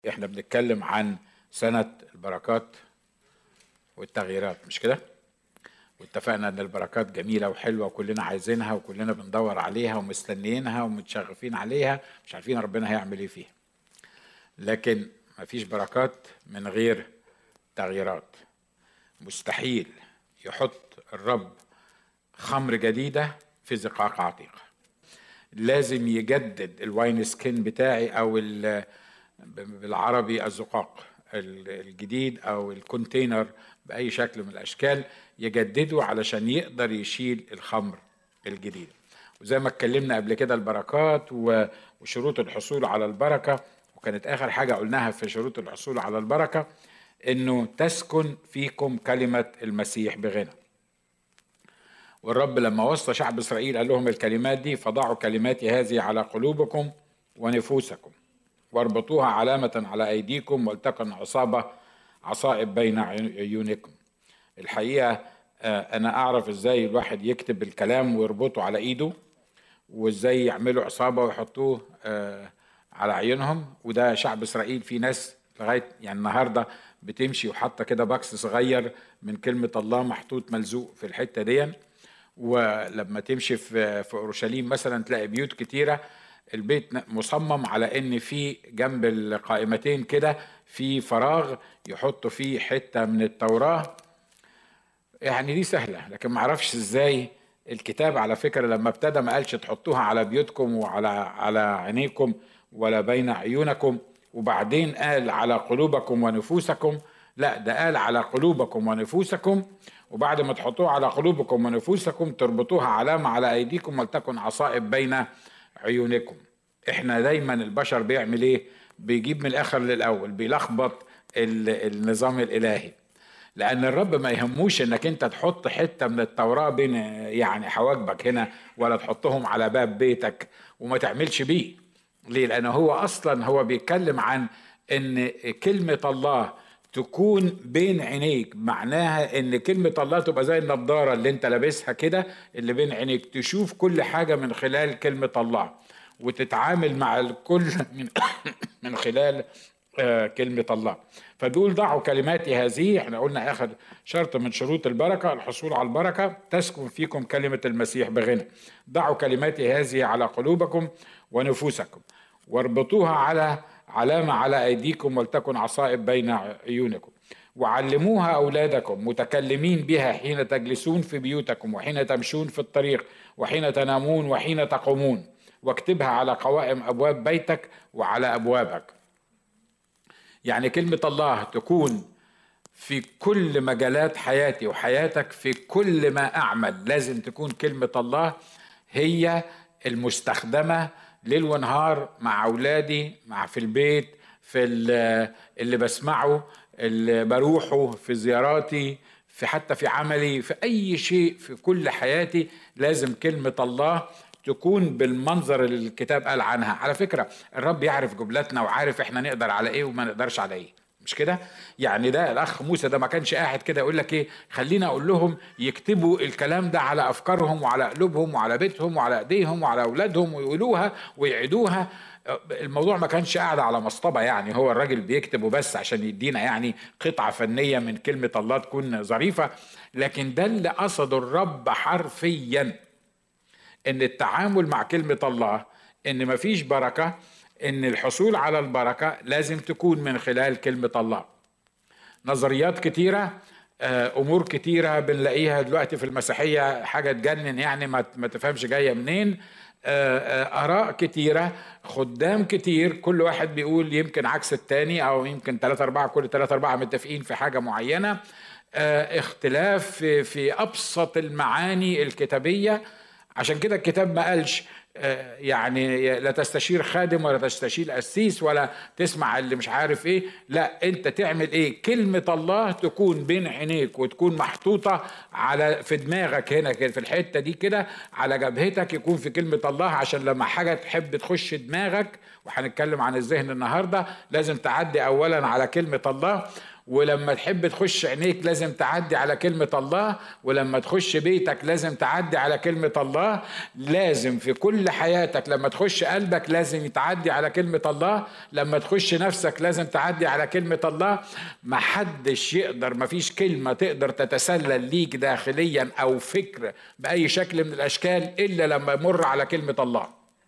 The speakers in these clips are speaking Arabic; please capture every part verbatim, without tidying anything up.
احنا بنتكلم عن سنة البركات والتغييرات، مش كده؟ واتفقنا ان البركات جميلة وحلوة وكلنا عايزينها وكلنا بندور عليها ومستنيينها ومتشغفين عليها، مش عارفين ربنا هيعمل ايه فيها. لكن مفيش بركات من غير تغييرات. مستحيل يحط الرب خمر جديدة في زقاق عتيقة. لازم يجدد الواين سكين بتاعي او بالعربي الزقاق الجديد او الكونتينر باي شكل من الاشكال، يجدده علشان يقدر يشيل الخمر الجديد. وزي ما اتكلمنا قبل كده البركات وشروط الحصول على البركة، وكانت اخر حاجة قلناها في شروط الحصول على البركة انه تسكن فيكم كلمة المسيح بغنى. والرب لما وصى شعب اسرائيل قال لهم الكلمات دي: فضعوا كلماتي هذه على قلوبكم ونفوسكم واربطوها علامة على أيديكم ولتكن عصابة عصائب بين عيونكم. الحقيقة أنا أعرف إزاي الواحد يكتب الكلام ويربطه على إيده، وإزاي يعملوا عصابة ويحطوه على عيونهم. وده شعب إسرائيل في ناس لغاية يعني النهاردة بتمشي وحاطة كده باكس صغير من كلمة الله محطوط ملزوق في الحتة دي. ولما تمشي في في أورشليم مثلا تلاقي بيوت كتيرة البيت مصمم على ان في جنب القائمتين كده في فراغ يحطوا فيه حتة من التوراة. يعني دي سهلة، لكن ما اعرفش ازاي الكتاب على فكرة لما ابتدى ما قالش تحطوها على بيوتكم وعلى على عينيكم ولا بين عيونكم وبعدين قال على قلوبكم ونفوسكم. لا، ده قال على قلوبكم ونفوسكم، وبعد ما تحطوها على قلوبكم ونفوسكم تربطوها علامة على ايديكم ولتكن عصائب بين عيونكم. احنا دايما البشر بيعمل ايه؟ بيجيب من الاخر للاول، بيلخبط النظام الالهي. لان الرب ما يهموش انك انت تحط حتة من التوراة بين يعني حواجبك هنا، ولا تحطهم على باب بيتك وما تعملش بيه. ليه؟ لان هو اصلا هو بيتكلم عن ان كلمة الله تكون بين عينيك. معناها ان كلمة الله تبقى زي النضارة اللي انت لابسها كده اللي بين عينيك، تشوف كل حاجة من خلال كلمة الله وتتعامل مع الكل من من خلال كلمة الله. فبيقول ضعوا كلماتي هذه. احنا قلنا اخر شرط من شروط البركة الحصول على البركة: تسكن فيكم كلمة المسيح بغنى. ضعوا كلماتي هذه على قلوبكم ونفوسكم واربطوها على علامة على أيديكم ولتكن عصائب بين عيونكم وعلموها أولادكم متكلمين بها حين تجلسون في بيوتكم وحين تمشون في الطريق وحين تنامون وحين تقومون، واكتبها على قوائم أبواب بيتك وعلى أبوابك. يعني كلمة الله تكون في كل مجالات حياتي وحياتك، في كل ما أعمل لازم تكون كلمة الله هي المستخدمة ليل ونهار مع أولادي، مع في البيت، في اللي بسمعه، اللي بروحه، في زياراتي، في حتى في عملي، في أي شيء في كل حياتي لازم كلمة الله تكون بالمنظر اللي الكتاب قال عنها. على فكرة الرب يعرف جملاتنا وعارف احنا نقدر على ايه وما نقدرش على ايه، مش كده؟ يعني ده الاخ موسى ده ما كانش قاعد كده يقول لك ايه خلينا اقول لهم يكتبوا الكلام ده على افكارهم وعلى قلوبهم وعلى بيتهم وعلى ايديهم وعلى اولادهم ويقولوها ويعيدوها. الموضوع ما كانش قاعد على مصطبة، يعني هو الراجل بيكتبه بس عشان يدينا يعني قطعة فنية من كلمة الله تكون ظريفة. لكن ده اللي قصده الرب حرفيا، ان التعامل مع كلمة الله ان مفيش بركة، ان الحصول على البركة لازم تكون من خلال كلمة الله. نظريات كتيرة، امور كتيرة بنلاقيها دلوقتي في المسيحية حاجة تجنن، يعني ما تفهمش جاية منين. اراء كتيرة، خدام كتير، كل واحد بيقول يمكن عكس التاني او يمكن ثلاثة اربعة كل ثلاثة اربعة متفقين في حاجة معينة. اختلاف في, في ابسط المعاني الكتابية. عشان كده الكتاب ما قالش يعني لا تستشير خادم ولا تستشير قسيس ولا تسمع اللي مش عارف ايه. لا، انت تعمل ايه؟ كلمة الله تكون بين عينيك وتكون محطوطة على في دماغك هنا كده في الحتة دي كده على جبهتك، يكون في كلمة الله عشان لما حاجة تحب تخش دماغك، وهنتكلم عن الذهن النهاردة، لازم تعدي اولا على كلمة الله ولما تحب تخش عينيك لازم تعدي على كلمة الله، ولما تخش بيتك لازم تعدي على كلمة الله، لازم في كل حياتك لما تخش قلبك لازم تعدي على كلمة الله، لما تخش نفسك لازم تعدي على كلمة الله. محدش يقدر، مفيش كلمة تقدر تتسلل ليك داخليا أو فكر بأي شكل من الأشكال إلا لما يمر على كلمة الله.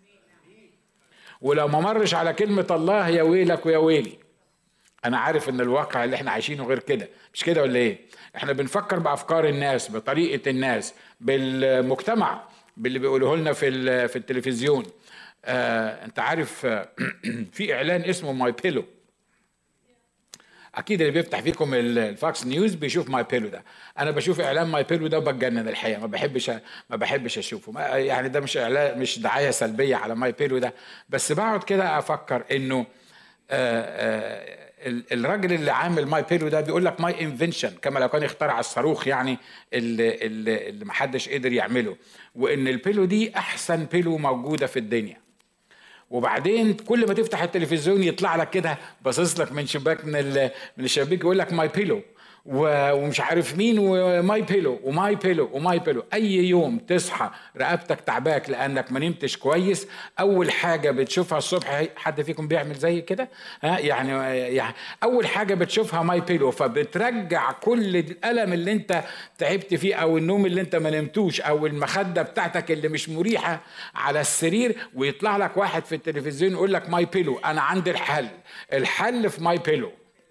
ولو ما مرش على كلمة الله يا ويلك ويا ويلي. أنا عارف إن الواقع اللي إحنا عايشينه غير كده، مش كده ولا إيه؟ إحنا بنفكر بأفكار الناس، بطريقة الناس، بالمجتمع، باللي بيقولوه لنا في في التلفزيون. آه، أنت عارف آه في إعلان اسمه ماي بيلو. اكيد اللي بيفتح فيكم الفاكس نيوز بيشوف ماي بيلو ده. انا بشوف اعلان ماي بيلو ده وبتجنن الحقيقه، ما بحبش ما بحبش اشوفه. يعني ده مش اعلان، مش دعايه سلبيه على ماي بيلو ده، بس بقعد كده افكر انه آآ آآ الراجل اللي عامل ماي بيلو ده بيقول لك ماي انفنشن، كما لو كان اخترع الصاروخ يعني اللي, اللي, اللي محدش قدر يعمله، وان البيلو دي احسن بيلو موجوده في الدنيا. وبعدين كل ما تفتح التلفزيون يطلع لك كده باصص لك من شباك من من الشبابيك يقول لك ماي بيلو ومش عارف مين وماي بيلو وماي بيلو وماي بيلو. اي يوم تصحى رقبتك تعباك لانك ما نمتش كويس، اول حاجه بتشوفها الصبح، حد فيكم بيعمل زي كده؟ ها يعني يعني اول حاجه بتشوفها ماي بيلو، فبترجع كل الالم اللي انت تعبت فيه او النوم اللي انت ما نمتوش او المخده بتاعتك اللي مش مريحه على السرير، ويطلع لك واحد في التلفزيون يقول لك ماي بيلو، انا عندي الحل، الحل في ماي بيلو.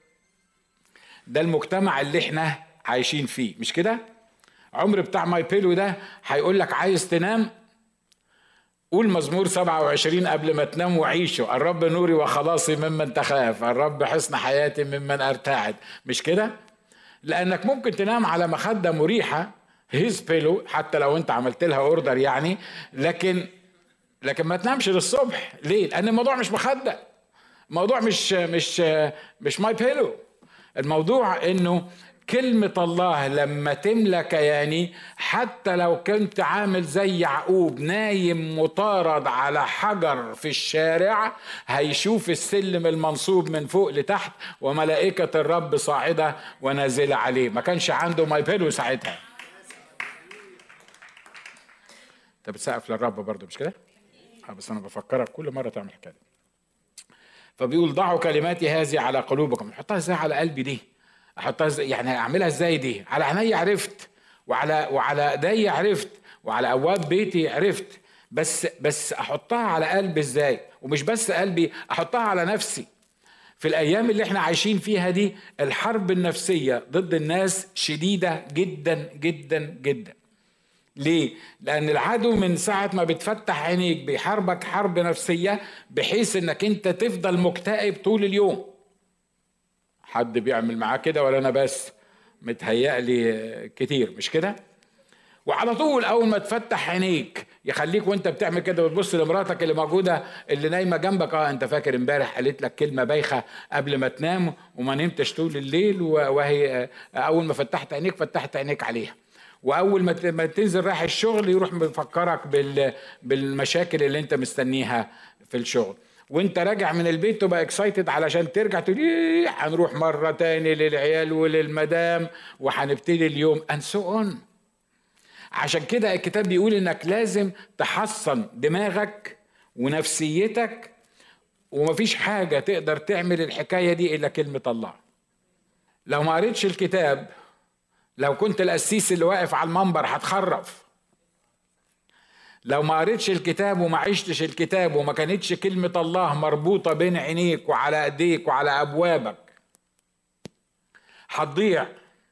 ده المجتمع اللي احنا عايشين فيه، مش كده؟ عمر بتاع ماي بيلو ده هيقول لك عايز تنام، قول مزمور سبعة وعشرين قبل ما تنام وعيشه، الرب نوري وخلاصي ممن تخاف، الرب حصن حياتي ممن ارتعد، مش كده؟ لانك ممكن تنام على مخدة مريحة هيز بيلو حتى لو انت عملت لها اوردر يعني، لكن لكن ما تنامش للصبح. ليه؟ لان الموضوع مش مخدة، الموضوع مش مش مش ماي بيلو. الموضوع انه كلمة الله لما تملى كياني، حتى لو كنت عامل زي يعقوب نايم مطارد على حجر في الشارع، هيشوف السلم المنصوب من فوق لتحت وملائكة الرب صاعدة ونازلة عليه. ما كانش عنده ماي بيلو ساعتها. انت بتسقف للرب برضو مش كده؟ بس انا بفكرك كل مرة تعمل كده. فبيقول ضعوا كلماتي هذه على قلوبكم. احطها ازاي على قلبي دي؟ احطها ازاي يعني؟ اعملها ازاي دي؟ على عيني عرفت، وعلى وعلى ايدي عرفت، وعلى ابواب بيتي عرفت، بس بس احطها على قلبي ازاي؟ ومش بس قلبي، احطها على نفسي. في الايام اللي احنا عايشين فيها دي الحرب النفسية ضد الناس شديدة جدا جدا جدا. ليه؟ لأن العدو من ساعة ما بتفتح عينيك بيحاربك حرب نفسية بحيث انك انت تفضل مكتئب طول اليوم. حد بيعمل معاه كده ولا انا بس؟ متهيألي كتير مش كده؟ وعلى طول اول ما تفتح عينيك يخليك وانت بتعمل كده وتبص لمراتك اللي موجوده اللي نايمه جنبك، اه انت فاكر امبارح قالت لك كلمه بايخه قبل ما تنام وما نمتش طول الليل، وهي اول ما فتحت عينيك فتحت عينيك عليها. واول ما تنزل رايح الشغل يروح مفكرك بالمشاكل اللي انت مستنيها في الشغل، وانت راجع من البيت تبقى اكسايتد علشان ترجع تقول ايه هنروح مره تاني للعيال وللمدام وهنبتدي اليوم and so on. عشان كده الكتاب بيقول انك لازم تحصن دماغك ونفسيتك، ومفيش حاجه تقدر تعمل الحكايه دي الا كلمه الله. لو ما قريتش الكتاب، لو كنت القسيس اللي واقف على المنبر هتخرف. لو ما قريتش الكتاب وما عشتش الكتاب وما كانتش كلمة الله مربوطة بين عينيك وعلى ايديك وعلى ابوابك هتضيع.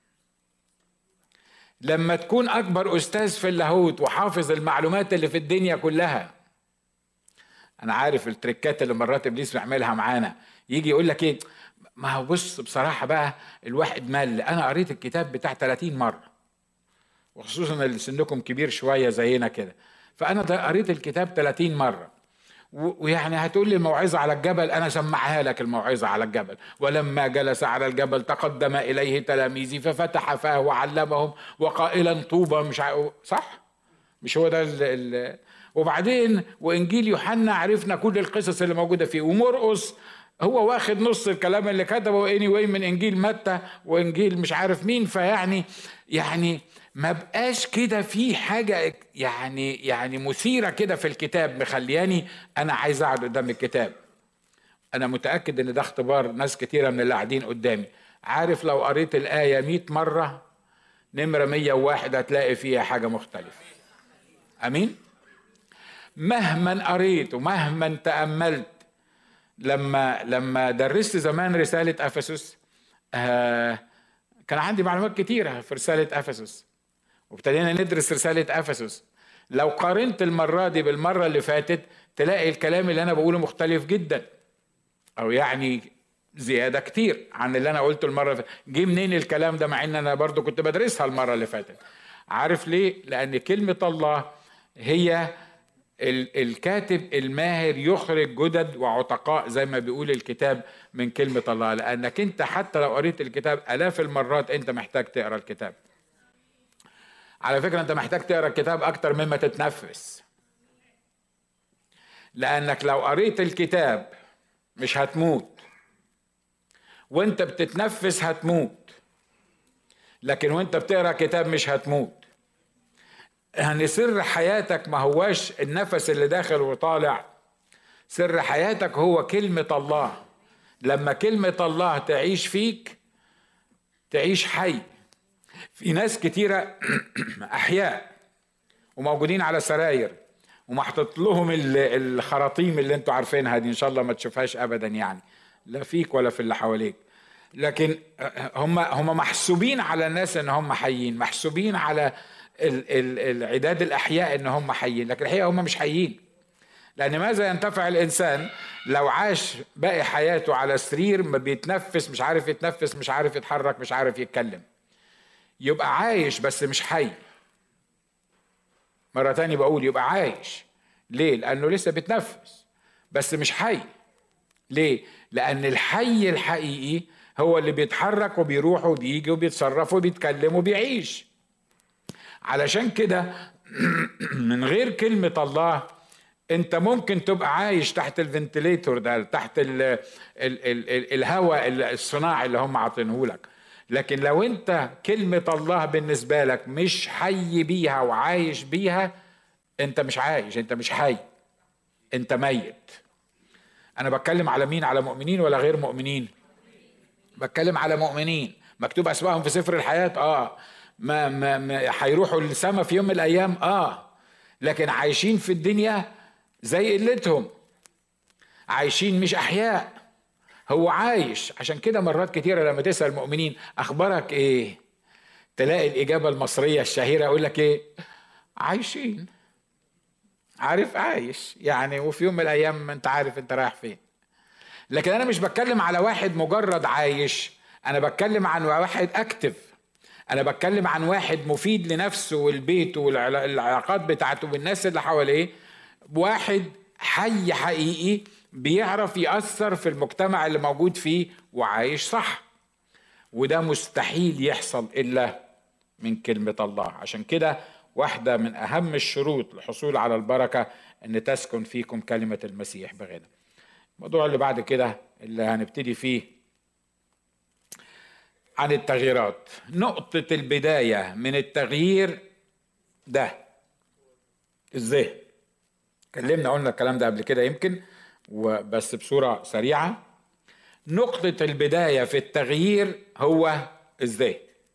لما تكون اكبر استاذ في اللاهوت وحافظ المعلومات اللي في الدنيا كلها، انا عارف التريكات اللي مرات ابليس بيعملها معانا، يجي يقول لك ايه، ما هو بص بصراحة بقى الواحد مل، انا قريت الكتاب بتاع ثلاثين مرة، وخصوصا اللي سنكم كبير شوية زينا كده، فانا قريت الكتاب ثلاثين مرة، ويعني هتقول لي الموعظة على الجبل، انا سمعها لك الموعظة على الجبل. ولما جلس على الجبل تقدم اليه تلاميذي ففتح فاه وعلمهم وقائلا طوبى، مش ع... صح؟ مش هو ده ال... ال... وبعدين وانجيل يوحنا عرفنا كل القصص اللي موجودة فيه، ومرقس هو واخد نص الكلام اللي كتبه anyway من انجيل متى وانجيل مش عارف مين. فيعني يعني ما بقاش كده في حاجة يعني يعني مثيرة كده في الكتاب مخلياني انا عايز اقعد قدام الكتاب. انا متأكد ان ده اختبار ناس كتيرة من اللي قاعدين قدامي. عارف لو قريت الآية مئة مرة نمرة مية وواحد هتلاقي فيها حاجة مختلفة. امين. مهما قريت ومهما تأملت. لما لما درست زمان رسالة أفسس آه كان عندي معلومات كتيرة في رسالة أفسس، وابتدينا ندرس رسالة أفسس. لو قارنت المرة دي بالمرة اللي فاتت تلاقي الكلام اللي أنا بقوله مختلف جدا، أو يعني زيادة كتير عن اللي أنا قلته المرة اللي فاتت. جه منين الكلام ده مع إن أنا برضو كنت بدرسها المرة اللي فاتت؟ عارف ليه؟ لأن كلمة الله هي الكاتب الماهر يخرج جدد وعتقاء زي ما بيقول الكتاب من كلمة الله. لأنك أنت حتى لو قريت الكتاب آلاف المرات أنت محتاج تقرأ الكتاب. على فكرة أنت محتاج تقرأ الكتاب أكتر مما تتنفس، لأنك لو قريت الكتاب مش هتموت، وأنت بتتنفس هتموت، لكن وأنت بتقرأ كتاب مش هتموت. يعني سر حياتك ما هواش النفس اللي داخل وطالع، سر حياتك هو كلمة الله. لما كلمة الله تعيش فيك تعيش حي. في ناس كتيرة أحياء وموجودين على سراير ومحطط لهم الخراطيم اللي انتوا عارفينها دي، ان شاء الله ما تشوفهاش ابدا يعني، لا فيك ولا في اللي حواليك، لكن هم هم محسوبين على الناس ان هم حيين، محسوبين على العداد الأحياء إن هم حيين، لكن الحقيقة هم مش حيين. لأن ماذا ينتفع الإنسان لو عاش باقي حياته على سرير ما بيتنفس، مش عارف يتنفس، مش عارف يتحرك، مش عارف يتكلم؟ يبقى عايش بس مش حي. مرة تانية بقول يبقى عايش. ليه؟ لأنه لسه بيتنفس بس مش حي. ليه؟ لأن الحي الحقيقي هو اللي بيتحرك وبيروح وبيجي وبيتصرف وبيتكلم وبيعيش. علشان كده من غير كلمة الله انت ممكن تبقى عايش تحت الفنتليتور ده، تحت ال ال ال الهواء الصناعي اللي هم عاطينه لك، لكن لو انت كلمة الله بالنسبة لك مش حي بيها وعايش بيها انت مش عايش، انت مش حي، انت ميت. انا بتكلم على مين؟ على مؤمنين ولا غير مؤمنين؟ بتكلم على مؤمنين مكتوب اسمائهم في سفر الحياة. اه ما ما ما هيروحوا للسما في يوم من الايام، اه لكن عايشين في الدنيا زي قلتهم، عايشين مش احياء. هو عايش. عشان كده مرات كتيرة لما تسأل مؤمنين اخبارك ايه تلاقي الاجابة المصرية الشهيرة يقول لك ايه؟ عايشين. عارف عايش يعني، وفي يوم من الايام انت عارف انت رايح فين. لكن انا مش بتكلم على واحد مجرد عايش، انا بتكلم عن واحد اكتف، انا بتكلم عن واحد مفيد لنفسه والبيت والعلاقات بتاعته والناس اللي حواليه، واحد حي حقيقي بيعرف يأثر في المجتمع اللي موجود فيه وعايش صح. وده مستحيل يحصل إلا من كلمة الله. عشان كده واحدة من أهم الشروط للحصول على البركة أن تسكن فيكم كلمة المسيح بغنى. الموضوع اللي بعد كده اللي هنبتدي فيه عن التغييرات. نقطة البداية من التغيير ده الذهن. كلمنا قلنا الكلام ده قبل كده يمكن وبس بصورة سريعة. نقطة البداية في التغيير هو الذهن.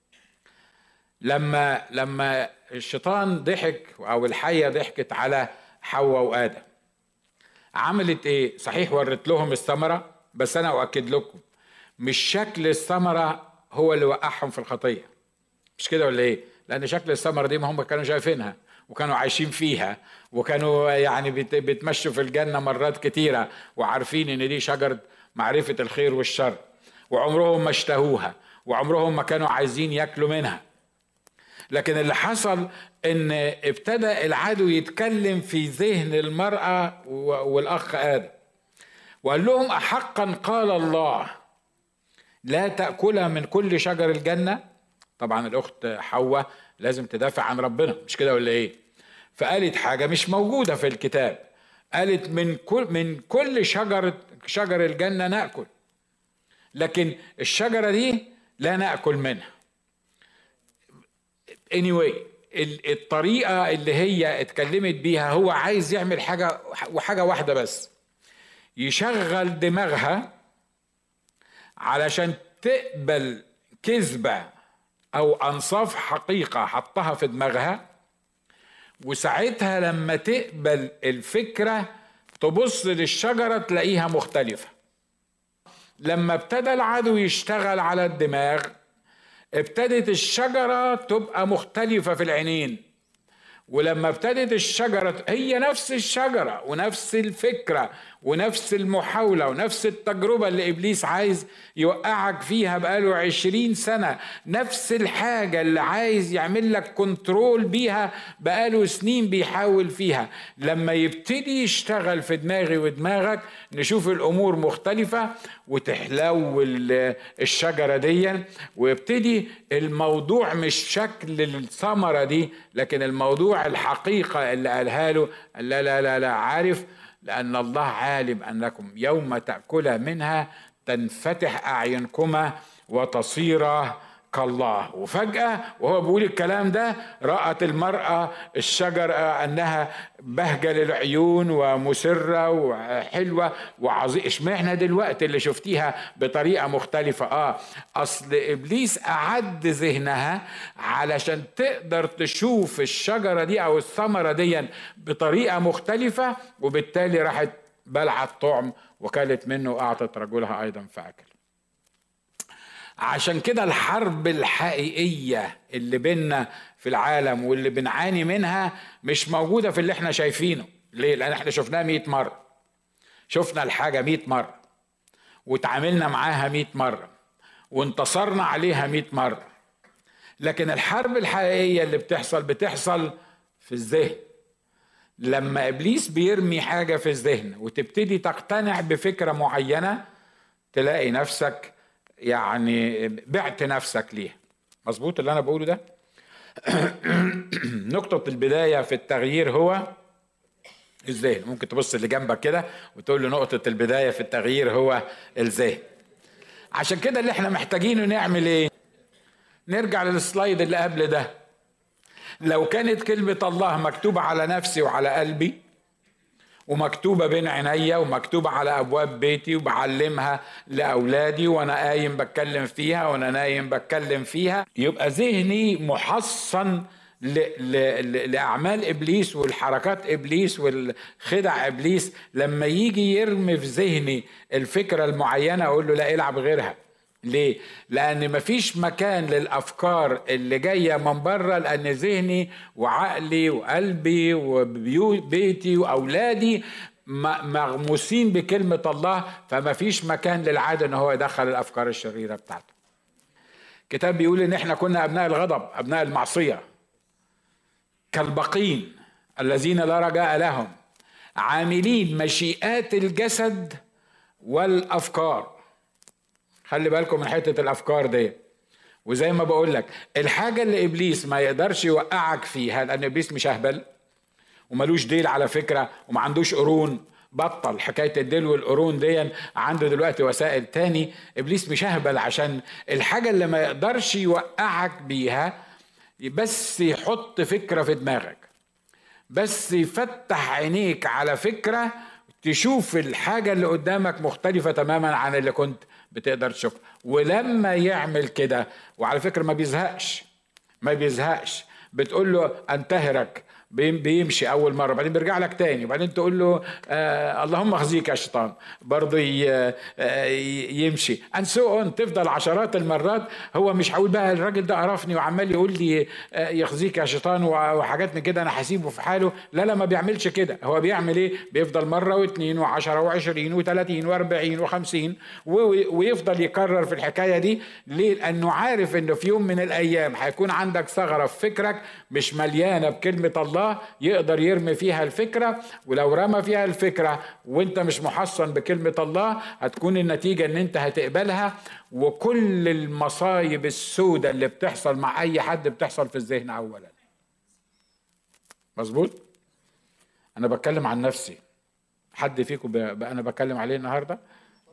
لما لما الشيطان ضحك أو الحية ضحكت على حواء وآدم عملت إيه؟ صحيح ورت لهم الثمرة، بس أنا أؤكد لكم مش شكل الثمرة هو اللي وقعهم في الخطية. مش كده ولا إيه؟ لأن شكل الثمرة دي ما هم كانوا شايفينها وكانوا عايشين فيها وكانوا يعني بيتمشوا في الجنة مرات كتيرة وعارفين إن دي شجرة معرفة الخير والشر، وعمرهم ما اشتهوها وعمرهم ما كانوا عايزين ياكلوا منها. لكن اللي حصل إن ابتدى العدو يتكلم في ذهن المرأة والأخ آدم وقال لهم أحقا قال الله لا تأكلها من كل شجر الجنة. طبعا الأخت حواء لازم تدافع عن ربنا، مش كده ولا إيه؟ فقالت حاجة مش موجودة في الكتاب، قالت من كل من كل شجرة شجر الجنة نأكل، لكن الشجرة دي لا نأكل منها. anyway الطريقة اللي هي اتكلمت بيها هو عايز يعمل حاجة وحاجة واحدة بس، يشغل دماغها علشان تقبل كذبة أو أنصاف حقيقة حطها في دماغها، وساعتها لما تقبل الفكرة تبص للشجرة تلاقيها مختلفة. لما ابتدى العدو يشتغل على الدماغ ابتدت الشجرة تبقى مختلفة في العينين، ولما ابتدت الشجرة هي نفس الشجرة ونفس الفكرة ونفس المحاولة ونفس التجربة اللي إبليس عايز يوقعك فيها بقاله عشرين سنة، نفس الحاجة اللي عايز يعمل لك كنترول بيها بقاله سنين بيحاول فيها، لما يبتدي يشتغل في دماغي ودماغك نشوف الأمور مختلفة وتحلو الشجرة دي، ويبتدي الموضوع مش شكل الثمرة دي، لكن الموضوع الحقيقة اللي قالها له لا لا لا لا عارف، لأن الله عالم أنكم يوم تأكل منها تنفتح أعينكما وتصيرا كالله. وفجأة وهو بيقول الكلام ده رأت المرأة الشجرة أنها بهجة للعيون ومسرة وحلوة وعظيمة. اشمعنى دلوقتي اللي شفتيها بطريقة مختلفة؟ آه أصل إبليس أعد ذهنها علشان تقدر تشوف الشجرة دي أو الثمرة دي بطريقة مختلفة، وبالتالي راحت بلعت طعم وكلت منه وأعطت رجلها أيضا فأكل. عشان كده الحرب الحقيقية اللي بيننا في العالم واللي بنعاني منها مش موجودة في اللي احنا شايفينه. ليه؟ لأن احنا شفناها مئة مرة، شفنا الحاجة مئة مرة وتعاملنا معاها مئة مرة وانتصرنا عليها مئة مرة، لكن الحرب الحقيقية اللي بتحصل بتحصل في الذهن. لما إبليس بيرمي حاجة في الذهن وتبتدي تقتنع بفكرة معينة تلاقي نفسك يعني بعت نفسك ليها. مظبوط اللي انا بقوله ده؟ نقطة البداية في التغيير هو الذهن. ممكن تبص اللي جنبك كده وتقول له نقطة البداية في التغيير هو الذهن. عشان كده اللي احنا محتاجينه نعمل ايه؟ نرجع للسلايد اللي قبل ده. لو كانت كلمة الله مكتوبة على نفسي وعلى قلبي ومكتوبة بين عينيا ومكتوبة على أبواب بيتي وبعلمها لأولادي وأنا قايم بتكلم فيها وأنا نايم بتكلم فيها، يبقى ذهني محصن ل... ل... لأعمال إبليس والحركات إبليس والخدع إبليس. لما يجي يرمي في ذهني الفكرة المعينة أقول له لا العب غيرها. ليه؟ لأن مفيش مكان للأفكار اللي جاية من بره، لأن ذهني وعقلي وقلبي وبيتي وأولادي مغموسين بكلمة الله، فمفيش مكان للعادة إن هو يدخل الأفكار الشريرة بتاعته. كتاب بيقول إن إحنا كنا أبناء الغضب، أبناء المعصية، كالبقين الذين لا رجاء لهم، عاملين مشيئات الجسد والأفكار. خلي بالكم من حتة الأفكار دي. وزي ما بقول لك الحاجة اللي إبليس ما يقدرش يوقعك فيها، لأن إبليس مش أهبل وملوش ديل على فكرة وما عندوش قرون. بطل حكاية الديل والقرون دي، عنده دلوقتي وسائل تاني. إبليس مش أهبل عشان الحاجة اللي ما يقدرش يوقعك بيها بس يحط فكرة في دماغك، بس يفتح عينيك على فكرة تشوف الحاجة اللي قدامك مختلفة تماما عن اللي كنت بتقدر تشوفها. ولما يعمل كده، وعلى فكرة ما بيزهقش ما بيزهقش بتقول له انتهرك بيمشي اول مره، بعدين بيرجع لك تاني، وبعدين تقول له آه اللهم اخزيك يا شيطان، برضه آه يمشي and so on. تفضل عشرات المرات. هو مش هقول بقى الراجل ده قرفني وعمال يقول لي آه يخزيك يا شيطان وحاجات من كده انا هسيبه في حاله. لا لا ما بيعملش كده. هو بيعمل ايه؟ بيفضل مره واثنين وعشرة وعشرين وثلاثين واربعين وخمسين ويفضل يكرر في الحكايه دي. ليه؟ لانه عارف انه في يوم من الايام هيكون عندك ثغره في فكرك مش مليانه بكلمه الله يقدر يرمي فيها الفكرة. ولو رمى فيها الفكرة وانت مش محصن بكلمة الله هتكون النتيجة ان انت هتقبلها. وكل المصايب السوداء اللي بتحصل مع اي حد بتحصل في الذهن اولا. مظبوط؟ انا بتكلم عن نفسي. حد فيكم بقى انا بتكلم عليه النهاردة؟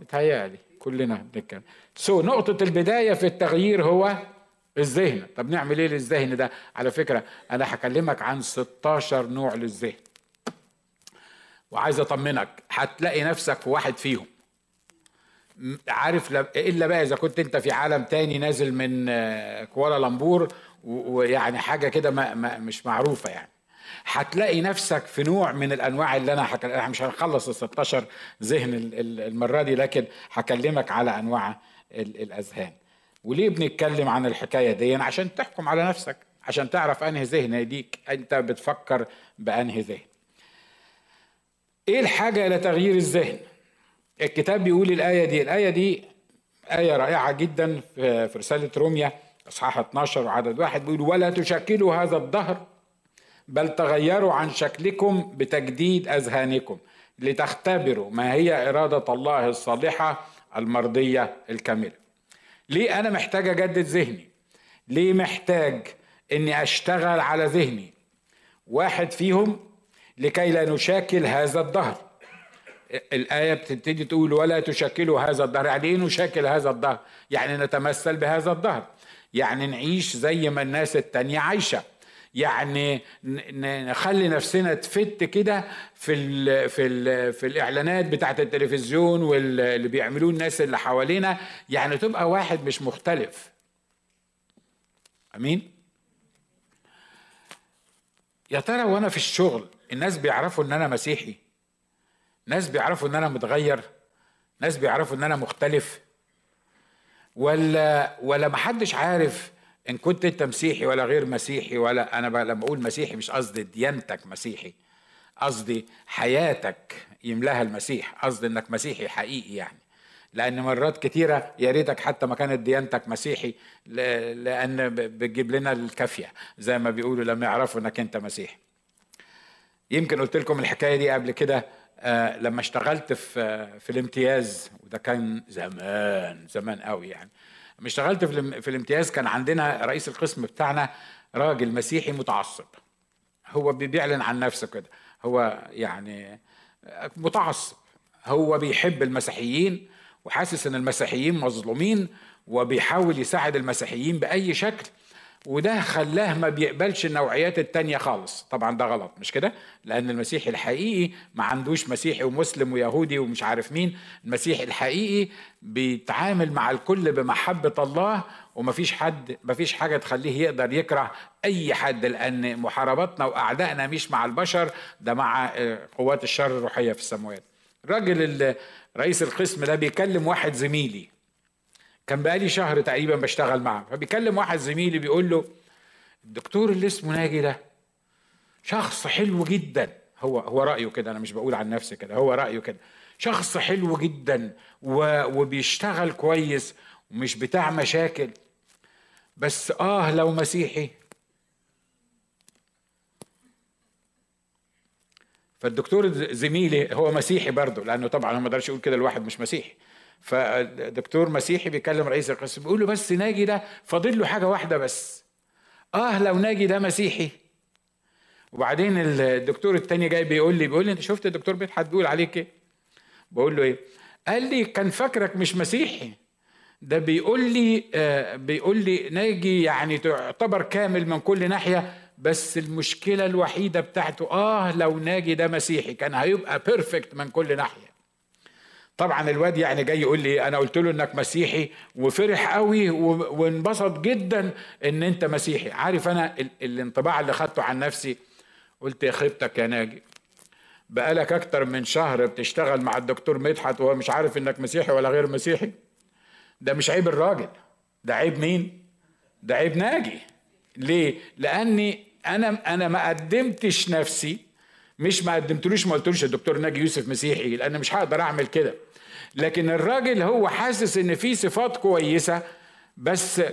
متهيألي كلنا بنتكلم. سو نقطة البداية في التغيير هو الذهن. طب نعمل ايه للذهن ده؟ على فكرة انا هكلمك عن ستاشر نوع للذهن، وعايز اطمنك هتلاقي نفسك في واحد فيهم. عارف، الا بقى اذا كنت انت في عالم تاني نازل من كوالالمبور ويعني حاجة كده ما ما مش معروفة، يعني هتلاقي نفسك في نوع من الانواع اللي انا حك... احنا مش هنخلص ال ستاشر ذهن المرة دي، لكن هكلمك على انواع الاذهان. وليه بنتكلم عن الحكاية دي؟ عشان تحكم على نفسك، عشان تعرف انهي ذهن يديك انت بتفكر بانهي ذهن. ايه الحاجة الى تغيير الذهن؟ الكتاب بيقول الآية دي، الآية دي آية رائعة جدا في رسالة روميا اصحاح اتناشر وعدد واحد، بيقول ولا تشكلوا هذا الدهر بل تغيروا عن شكلكم بتجديد أذهانكم لتختبروا ما هي إرادة الله الصالحة المرضية الكاملة. ليه أنا محتاج أجدد ذهني؟ ليه محتاج أني أشتغل على ذهني؟ واحد فيهم لكي لا نشاكل هذا الدهر. الآية بتبتدي تقول ولا تشكلوا هذا الدهر. يعني ايه نشاكل هذا الدهر؟ يعني نتمثل بهذا الدهر، يعني نعيش زي ما الناس التانية عايشة، يعني نخلي نفسنا تفت كده في ال في ال في الاعلانات بتاعت التلفزيون واللي بيعملوه الناس اللي حوالينا، يعني تبقى واحد مش مختلف. امين. يا ترى وانا في الشغل الناس بيعرفوا ان انا مسيحي؟ ناس بيعرفوا ان انا متغير؟ ناس بيعرفوا ان انا مختلف؟ ولا ولا محدش عارف ان كنت انت مسيحي ولا غير مسيحي؟ ولا انا بقى لما اقول مسيحي مش قصدي ديانتك مسيحي، قصدي حياتك يملاها المسيح، قصدي انك مسيحي حقيقي. يعني لان مرات كتيرة يا ريتك حتى ما كانت ديانتك مسيحي، لان بتجيب لنا الكافية زي ما بيقولوا لما يعرفوا انك انت مسيحي. يمكن قلت لكم الحكاية دي قبل كده، آه لما اشتغلت في في الامتياز، وده كان زمان زمان قوي. يعني لما اشتغلت في, في الامتياز كان عندنا رئيس القسم بتاعنا راجل مسيحي متعصب. هو بيعلن عن نفسه كده، هو يعني متعصب، هو بيحب المسيحيين وحاسس ان المسيحيين مظلومين وبيحاول يساعد المسيحيين بأي شكل، وده خلاه ما بيقبلش النوعيات التانية خالص. طبعا ده غلط، مش كده؟ لأن المسيحي الحقيقي ما عندوش مسيحي ومسلم ويهودي ومش عارف مين. المسيحي الحقيقي بيتعامل مع الكل بمحبة الله، ومفيش حد مفيش حاجة تخليه يقدر يكره أي حد، لأن محاربتنا وأعدائنا مش مع البشر، ده مع قوات الشر الروحية في السماوات. الراجل رئيس القسم ده بيكلم واحد زميلي، كان بقالي شهر تقريبا بشتغل معه، فبيكلم واحد زميلي بيقول له الدكتور اللي اسمه ناجي ده شخص حلو جدا. هو هو رأيه كده، أنا مش بقول عن نفسي كده، هو رأيه كده، شخص حلو جدا وبيشتغل كويس ومش بتاع مشاكل، بس آه لو مسيحي. فالدكتور زميلي هو مسيحي برضه، لأنه طبعا هو ما قدرش يقول كده الواحد مش مسيحي. فدكتور مسيحي بيكلم رئيس القسم بيقول له بس ناجي ده فاضل له حاجة واحدة بس، آه لو ناجي ده مسيحي. وبعدين الدكتور التاني جاي بيقول لي بيقول لي انت شفت الدكتور مدحت بيقول عليك ايه؟ بقول له ايه؟ قال لي كان فاكرك مش مسيحي، ده بيقول لي آه بيقول لي ناجي يعني تعتبر كامل من كل ناحية، بس المشكلة الوحيدة بتاعته آه لو ناجي ده مسيحي كان هيبقى بيرفكت من كل ناحية. طبعا الواد يعني جاي يقول لي انا قلت له انك مسيحي وفرح قوي وانبسط جدا ان انت مسيحي. عارف انا الانطباع اللي خدته عن نفسي؟ قلت يا خيبتك يا ناجي، بقالك اكتر من شهر بتشتغل مع الدكتور مدحت وهو مش عارف انك مسيحي ولا غير مسيحي. ده مش عيب الراجل، ده عيب مين؟ ده عيب ناجي. ليه؟ لاني انا انا ما قدمتش نفسي، مش ما قدمتلوش ما قلتلوش الدكتور ناجي يوسف مسيحي، لان مش هقدر اعمل كده. لكن الراجل هو حاسس ان في صفات كويسة، بس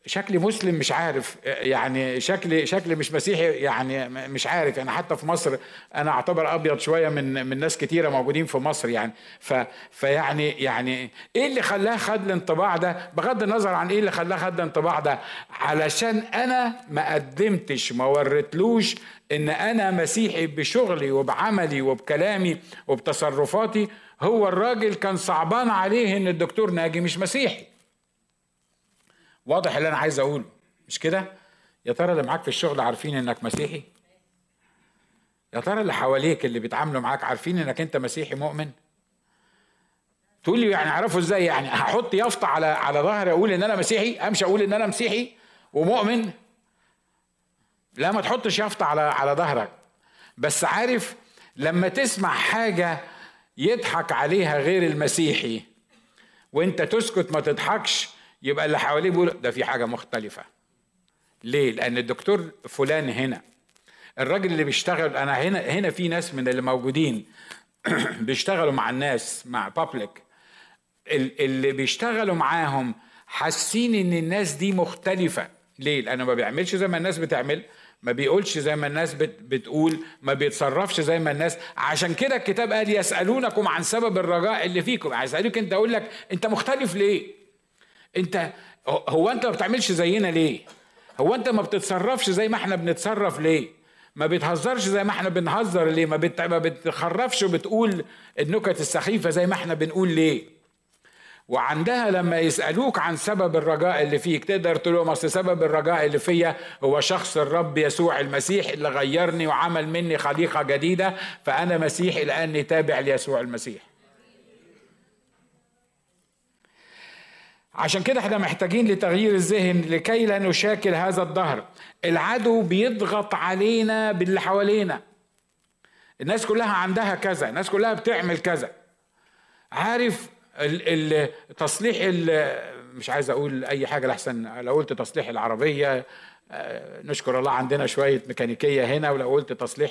شكلي مسلم مش عارف، يعني شكلي شكلي مش مسيحي، يعني مش عارف. يعني حتى في مصر انا اعتبر ابيض شويه من من ناس كتيره موجودين في مصر يعني. ف فيعني يعني ايه اللي خلاه خد الانطباع ده؟ بغض النظر عن ايه اللي خلاه خد الانطباع ده، علشان انا ما قدمتش، ما وريتلوش ان انا مسيحي بشغلي وبعملي وبكلامي وبتصرفاتي. هو الراجل كان صعبان عليه ان الدكتور ناجي مش مسيحي. واضح اللي انا عايز اقوله مش كده؟ يا ترى اللي معاك في الشغل عارفين انك مسيحي؟ يا ترى اللي حواليك اللي بيتعاملوا معاك عارفين انك انت مسيحي مؤمن؟ تقول لي يعني عرفوا ازاي؟ يعني هحط يافطه على على ظهري اقول ان انا مسيحي؟ امشي اقول ان انا مسيحي ومؤمن؟ لا، ما تحطش يافطه على على ظهرك. بس عارف لما تسمع حاجه يضحك عليها غير المسيحي وانت تسكت ما تضحكش، يبقى اللي حواليه بيقول ده في حاجه مختلفه. ليه؟ لان الدكتور فلان هنا، الراجل اللي بيشتغل، انا هنا هنا في ناس من اللي موجودين بيشتغلوا مع الناس، مع بابليك، اللي بيشتغلوا معاهم حاسين ان الناس دي مختلفه. ليه؟ لانه ما بيعملش زي ما الناس بتعمل، ما بيقولش زي ما الناس بتقول، ما بيتصرفش زي ما الناس. عشان كده الكتاب قال يسألونكم عن سبب الرجاء اللي فيكم. عايز اسالك انت، اقول لك انت مختلف ليه؟ انت هو انت ما بتعملش زينا ليه؟ هو انت ما بتتصرفش زي ما احنا بنتصرف ليه؟ ما بتهزرش زي ما احنا بنهزر ليه؟ ما, بت... ما بتخرفش وبتقول النكت السخيفة زي ما احنا بنقول ليه؟ وعندها لما يسألوك عن سبب الرجاء اللي فيك تقدر تقول لهم اصل سبب الرجاء اللي فيا هو شخص الرب يسوع المسيح اللي غيرني وعمل مني خليقة جديدة، فأنا مسيحي لأني تابع ليسوع المسيح. عشان كده احنا محتاجين لتغيير الذهن لكي لا نشاكل هذا الدهر. العدو بيضغط علينا باللي حوالينا. الناس كلها عندها كذا، الناس كلها بتعمل كذا. عارف التصليح، مش عايز اقول اي حاجه لحسن لو قلت تصليح العربيه نشكر الله عندنا شويه ميكانيكيه هنا، ولو قلت تصليح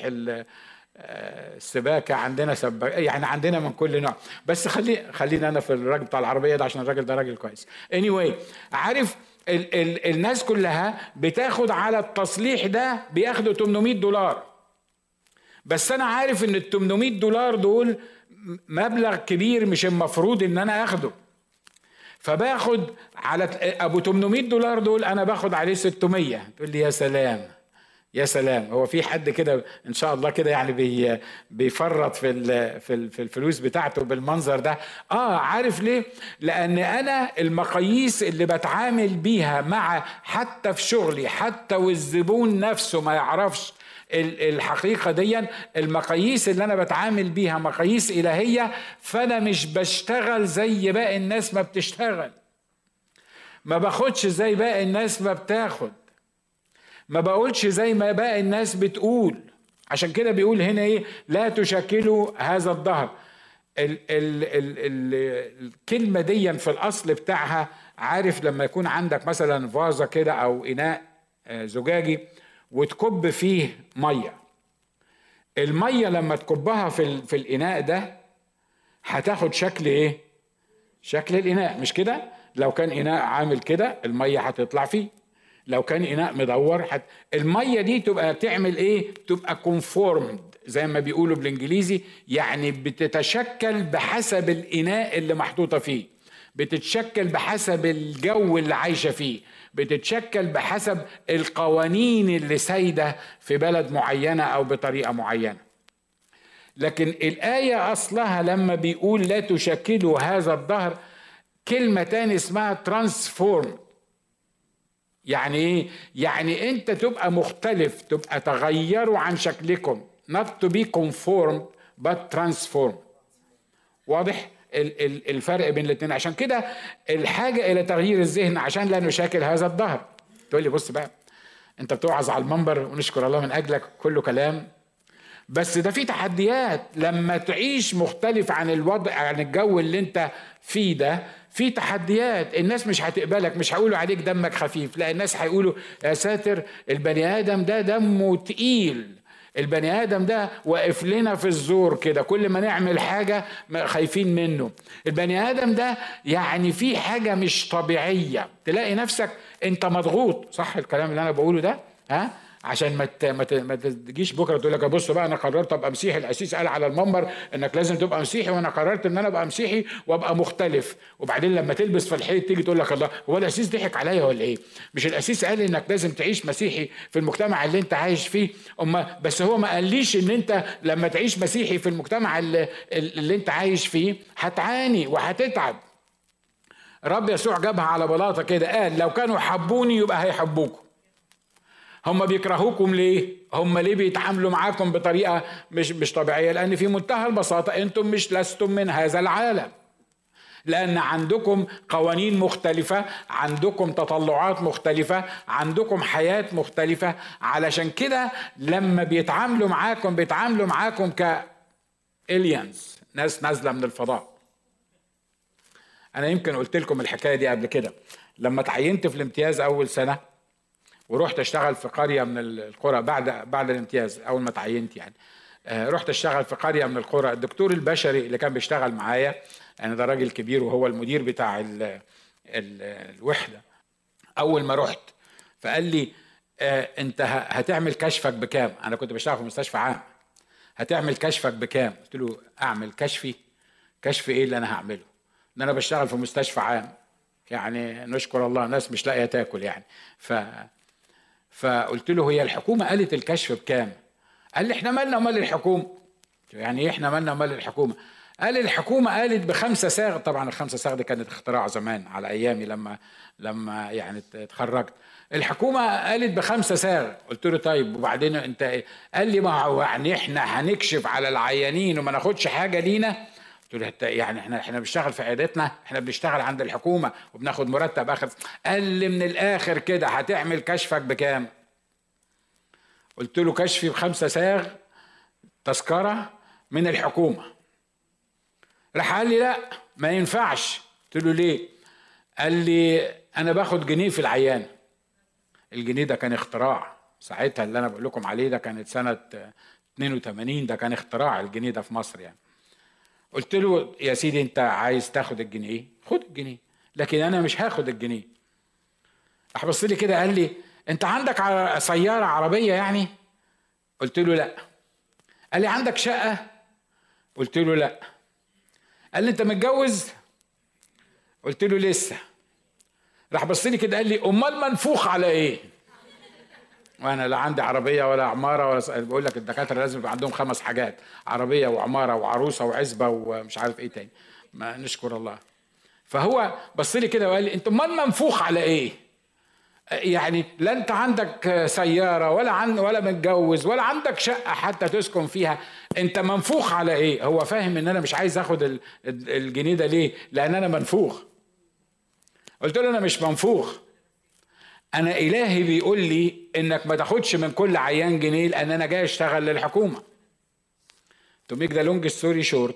السباكه عندنا سباك، يعني عندنا من كل نوع. بس خلي خلينا انا في الراجل بتاع العربيه ده عشان الراجل ده راجل كويس. anyway عارف ال ال الناس كلها بتاخد على التصليح ده بياخدوا ثمانمائة دولار. بس انا عارف ان ال ثمانمائة دولار دول مبلغ كبير مش المفروض ان انا اخده، فباخد على ابو ثمانمائة دولار دول انا باخد عليه ستمائة. تقول لي يا سلام يا سلام، هو في حد كده ان شاء الله كده يعني بي بيفرط في في في الفلوس بتاعته بالمنظر ده؟ اه عارف ليه؟ لان انا المقاييس اللي بتعامل بيها مع حتى في شغلي، حتى والزبون نفسه ما يعرفش الحقيقة دي، المقاييس اللي انا بتعامل بيها مقاييس الهية. فانا مش بشتغل زي باقي الناس ما بتشتغل، ما باخدش زي باقي الناس ما بتاخد، ما بقولش زي ما باقي الناس بتقول. عشان كده بيقول هنا ايه؟ لا تشكلوا هذا الدهر. ال ال ال ال الكلمة دي في الاصل بتاعها، عارف لما يكون عندك مثلا فازة كده او اناء زجاجي وتكب فيه مية، المية لما تكبها في, في الاناء ده هتاخد شكل ايه؟ شكل الاناء، مش كده؟ لو كان اناء عامل كده المية هتطلع فيه، لو كان اناء مدور حت... المية دي تبقى تعمل ايه؟ تبقى conformed زي ما بيقولوا بالانجليزي، يعني بتتشكل بحسب الاناء اللي محطوطة فيه، بتتشكل بحسب الجو اللي عايشة فيه، بتتشكل بحسب القوانين اللي سايدة في بلد معينة او بطريقة معينة. لكن الآية اصلها لما بيقول لا تشكلوا هذا الدهر، كلمة تاني اسمها ترانسفورم. يعني ايه؟ يعني انت تبقى مختلف، تبقى تغيروا عن شكلكم. not to be conformed but transform. واضح الفرق بين الاثنين؟ عشان كده الحاجة الى تغيير الذهن عشان لا نشاكل هذا الدهر. تقول لي بص بقى، انت بتوعظ على المنبر ونشكر الله من اجلك كله كلام، بس ده في تحديات. لما تعيش مختلف عن الوضع، عن الجو اللي انت فيه ده، في تحديات. الناس مش هتقبلك، مش هيقولوا عليك دمك خفيف، لا الناس هيقولوا يا ساتر البني آدم ده دمه تقيل، البني آدم ده واقف لنا في الزور كده، كل ما نعمل حاجة خايفين منه. البني آدم ده يعني في حاجة مش طبيعية، تلاقي نفسك انت مضغوط. صح الكلام اللي انا بقوله ده؟ ها؟ عشان ما ما تجيش بكره تقول لك بص بقى انا قررت ابقى مسيحي، القسيس قال على المنبر انك لازم تبقى مسيحي وانا قررت ان انا ابقى مسيحي وابقى مختلف، وبعدين لما تلبس في الحيط تيجي تقول لك الله هو القسيس ضحك عليا ولا ايه؟ مش القسيس قال انك لازم تعيش مسيحي في المجتمع اللي انت عايش فيه؟ اما بس هو ما قاليش ان انت لما تعيش مسيحي في المجتمع اللي, اللي انت عايش فيه هتعاني وهتتعب. رب يسوع جابها على بلاطه كده، قال لو كانوا حبوني يبقى هيحبوكم. هم بيكرهوكم ليه؟ هم ليه بيتعاملوا معاكم بطريقة مش مش طبيعية؟ لأن في منتهى البساطة أنتم مش لستم من هذا العالم، لأن عندكم قوانين مختلفة، عندكم تطلعات مختلفة، عندكم حياة مختلفة. علشان كده لما بيتعاملوا معاكم بيتعاملوا معاكم كإليانز، ناس نازلة من الفضاء. أنا يمكن قلت لكم الحكاية دي قبل كده، لما تعينت في الامتياز أول سنة ورحت اشتغل في قرية من القرى بعد بعد الامتياز، اول ما تعينت يعني رحت اشتغل في قرية من القرى. الدكتور البشري اللي كان بيشتغل معايا، يعني ده راجل كبير وهو المدير بتاع ال ال الوحدة، اول ما رحت فقال لي اه انت هتعمل كشفك بكام؟ انا كنت بشتغل في مستشفى عام. هتعمل كشفك بكام؟ قلت له اعمل كشفي؟ كشف ايه اللي انا هعمله؟ ان انا بشتغل في مستشفى عام، يعني نشكر الله ناس مش لاقيه تاكل يعني. ف فقلت له هي الحكومة قالت الكشف بكام؟ قال لي احنا مالنا ومال الحكومة. يعني ايه احنا مالنا ومال الحكومة؟ قال الحكومة قالت بخمسة ساغ. طبعا الخمسة ساغ دي كانت اختراع زمان على ايامي لما لما يعني اتخرجت. الحكومة قالت بخمسة ساغ. قلت له طيب وبعدين انت ايه؟ قال لي ما هو يعني احنا هنكشف على العيانين وما ناخدش حاجة لينا؟ قلت له يعني احنا احنا بنشتغل في عيادتنا، احنا بنشتغل عند الحكومه وبناخد مرتب اخر. قال لي من الاخر كده هتعمل كشفك بكام؟ قلت له كشفي بخمسه ساغ تذكره من الحكومه. راح قال لي لا ما ينفعش. قلت له ليه؟ قال لي انا باخد جنيه في العيان. الجنيه ده كان اختراع ساعتها، اللي انا بقول لكم عليه ده كانت سنه اتنين وتمانين، ده كان اختراع الجنيه ده في مصر يعني. قلت له يا سيدي انت عايز تاخد الجنيه خد الجنيه، لكن انا مش هاخد الجنيه. راح بص لي كده قال لي انت عندك سياره عربيه يعني؟ قلت له لا. قال لي عندك شقه؟ قلت له لا. قال لي انت متجوز؟ قلت له لسه. راح بص لي كده قال لي امال منفوخ على ايه؟ وانا لا عندي عربيه ولا عماره ولا. بقول لك الدكاتره لازم يبقى عندهم خمس حاجات: عربيه وعماره وعروسه وعزبه ومش عارف ايه تاني، ما نشكر الله. فهو بص لي كده وقال لي انت امال منفوخ على ايه؟ يعني لا انت عندك سياره ولا عن ولا متجوز ولا عندك شقه حتى تسكن فيها، انت منفوخ على ايه؟ هو فاهم ان انا مش عايز اخد الجنيه ده ليه؟ لان انا منفوخ. قلت له انا مش منفوخ، انا الهي بيقول لي انك ما تاخدش من كل عيان جنيه لان انا جاي اشتغل للحكومه. تو ميك ذا لونج ستوري شورت،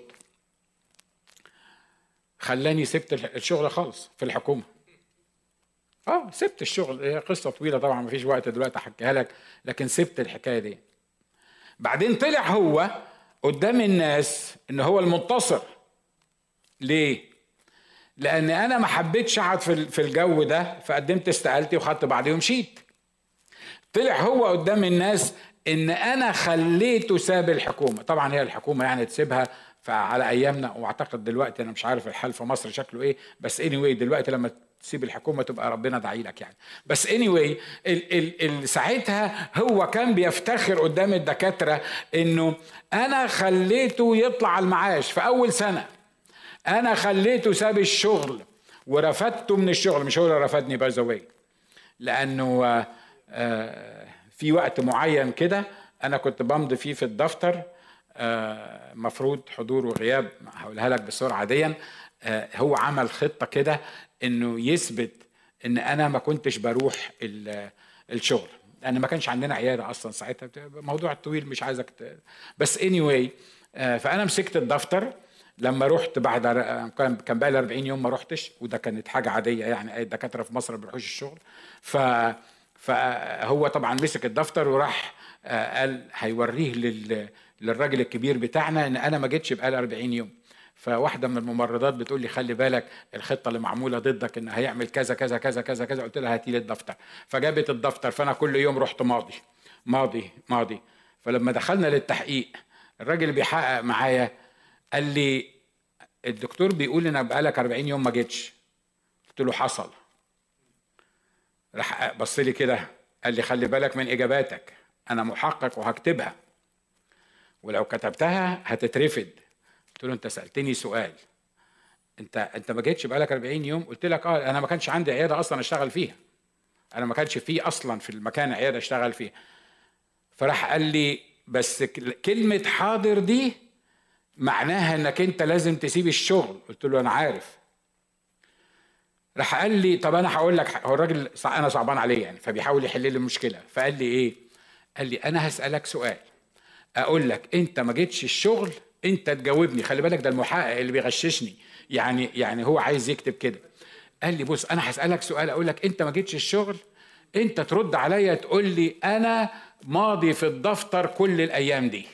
خلاني سبت الشغل خالص في الحكومه. اه سبت الشغل، هي قصه طويله طبعا مفيش وقت دلوقتي احكيها لك، لكن سبت الحكايه دي. بعدين طلع هو قدام الناس ان هو المنتصر. ليه؟ لان انا ما حبيتش اقعد في الجو ده، فقدمت استقالتي وخدت بعضي ومشيت. طلع هو قدام الناس ان انا خليته ساب الحكومه. طبعا هي الحكومه يعني تسيبها فعلى ايامنا، واعتقد دلوقتي انا مش عارف الحال في مصر شكله ايه، بس اني anyway دلوقتي لما تسيب الحكومه تبقى ربنا داعي لك يعني. بس اني anyway ال ال ال ساعتها هو كان بيفتخر قدام الدكاتره انه انا خليته يطلع المعاش في اول سنه، انا خليته ساب الشغل ورفدته من الشغل. مش هو اللي رفدني باي ذا واي، لانه آآ آآ في وقت معين كده انا كنت بمضي فيه في الدفتر، مفروض حضور وغياب، هقولها لك بسرعه ديا. هو عمل خطه كده انه يثبت ان انا ما كنتش بروح الشغل، لان ما كانش عندنا عياده اصلا ساعتها. موضوع طويل مش عايزك ت... بس anyway فانا مسكت الدفتر لما رحت بعد كان بقى لي أربعين يوم ما رحتش، وده كانت حاجه عاديه يعني، اي دكاتره في مصر ما بيروحوش الشغل. ف فهو طبعا مسك الدفتر وراح قال هيوريه لل... للراجل الكبير بتاعنا ان انا ما جيتش بقالي أربعين يوم. فواحده من الممرضات بتقول لي خلي بالك الخطه اللي معموله ضدك ان هيعمل كذا كذا كذا كذا كذا. قلت لها هاتي لي الدفتر، فجابت الدفتر. فانا كل يوم رحت ماضي ماضي ماضي. فلما دخلنا للتحقيق الراجل اللي بيحقق معايا قال لي الدكتور بيقول ان بقالك أربعين يوم ما جيتش. قلت له حصل. راح بص لي كده قال لي خلي بالك من اجاباتك، انا محقق وهكتبها، ولو كتبتها هتترفد. قلت له انت سالتني سؤال، انت انت ما جيتش بقالك أربعين يوم؟ قلت لك اه. انا ما كانش عندي عياده اصلا اشتغل فيها، انا ما كانش فيه اصلا في المكان عياده اشتغل فيها. فراح قال لي بس كلمه حاضر دي معناها انك انت لازم تسيب الشغل. قلت له انا عارف. راح قال لي طب انا هقول لك. هو الراجل انا صعبان عليه يعني، فبيحاول يحل لي المشكله. فقال لي ايه؟ قال لي انا هسالك سؤال، اقول لك انت ما جيتش الشغل، انت تجاوبني. خلي بالك ده المحقق اللي بيغششني يعني، يعني هو عايز يكتب كده. قال لي بص انا هسالك سؤال، اقول لك انت ما جيتش الشغل، انت ترد عليا تقول لي انا ماضي في الدفتر كل الايام دي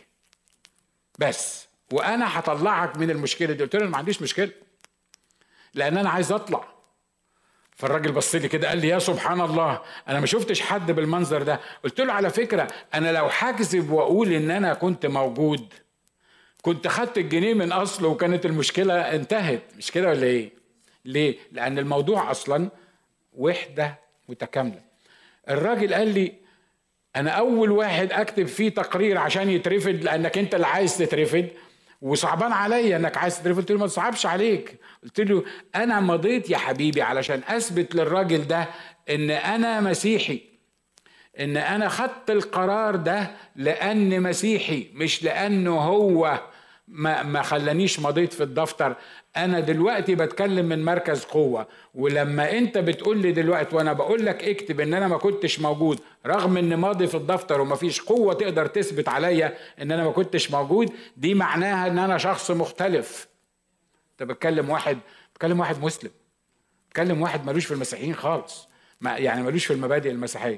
بس، وانا هطلعك من المشكله دي. قلت له ما عنديش مشكله لان انا عايز اطلع. فالراجل بص لي كده قال لي يا سبحان الله انا ما شفتش حد بالمنظر ده. قلت له على فكره انا لو هكذب واقول ان انا كنت موجود كنت خدت الجنيه من اصله وكانت المشكله انتهت، مش كده ولا ايه؟ ليه؟ لان الموضوع اصلا وحده متكامله. الراجل قال لي انا اول واحد اكتب فيه تقرير عشان يترفد لانك انت اللي عايز تترفد وصعبان عليا انك عايز تترفد. قلت له ما تصعبش عليك. قلت له انا مضيت يا حبيبي علشان اثبت للراجل ده ان انا مسيحي، ان انا خدت القرار ده لان مسيحي، مش لانه هو ما, ما خلانيش مضيت في الدفتر. انا دلوقتي بتكلم من مركز قوة، ولما انت بتقول لي دلوقتي وانا بقول لك اكتب ان انا ما كنتش موجود رغم ان ماضي في الدفتر وما فيش قوة تقدر تثبت عليا ان انا ما كنتش موجود، دي معناها ان انا شخص مختلف. انت بتكلم واحد بتكلم واحد مسلم، بتكلم واحد ملوش في المسيحيين خالص، ما يعني ملوش في المبادئ المسيحية.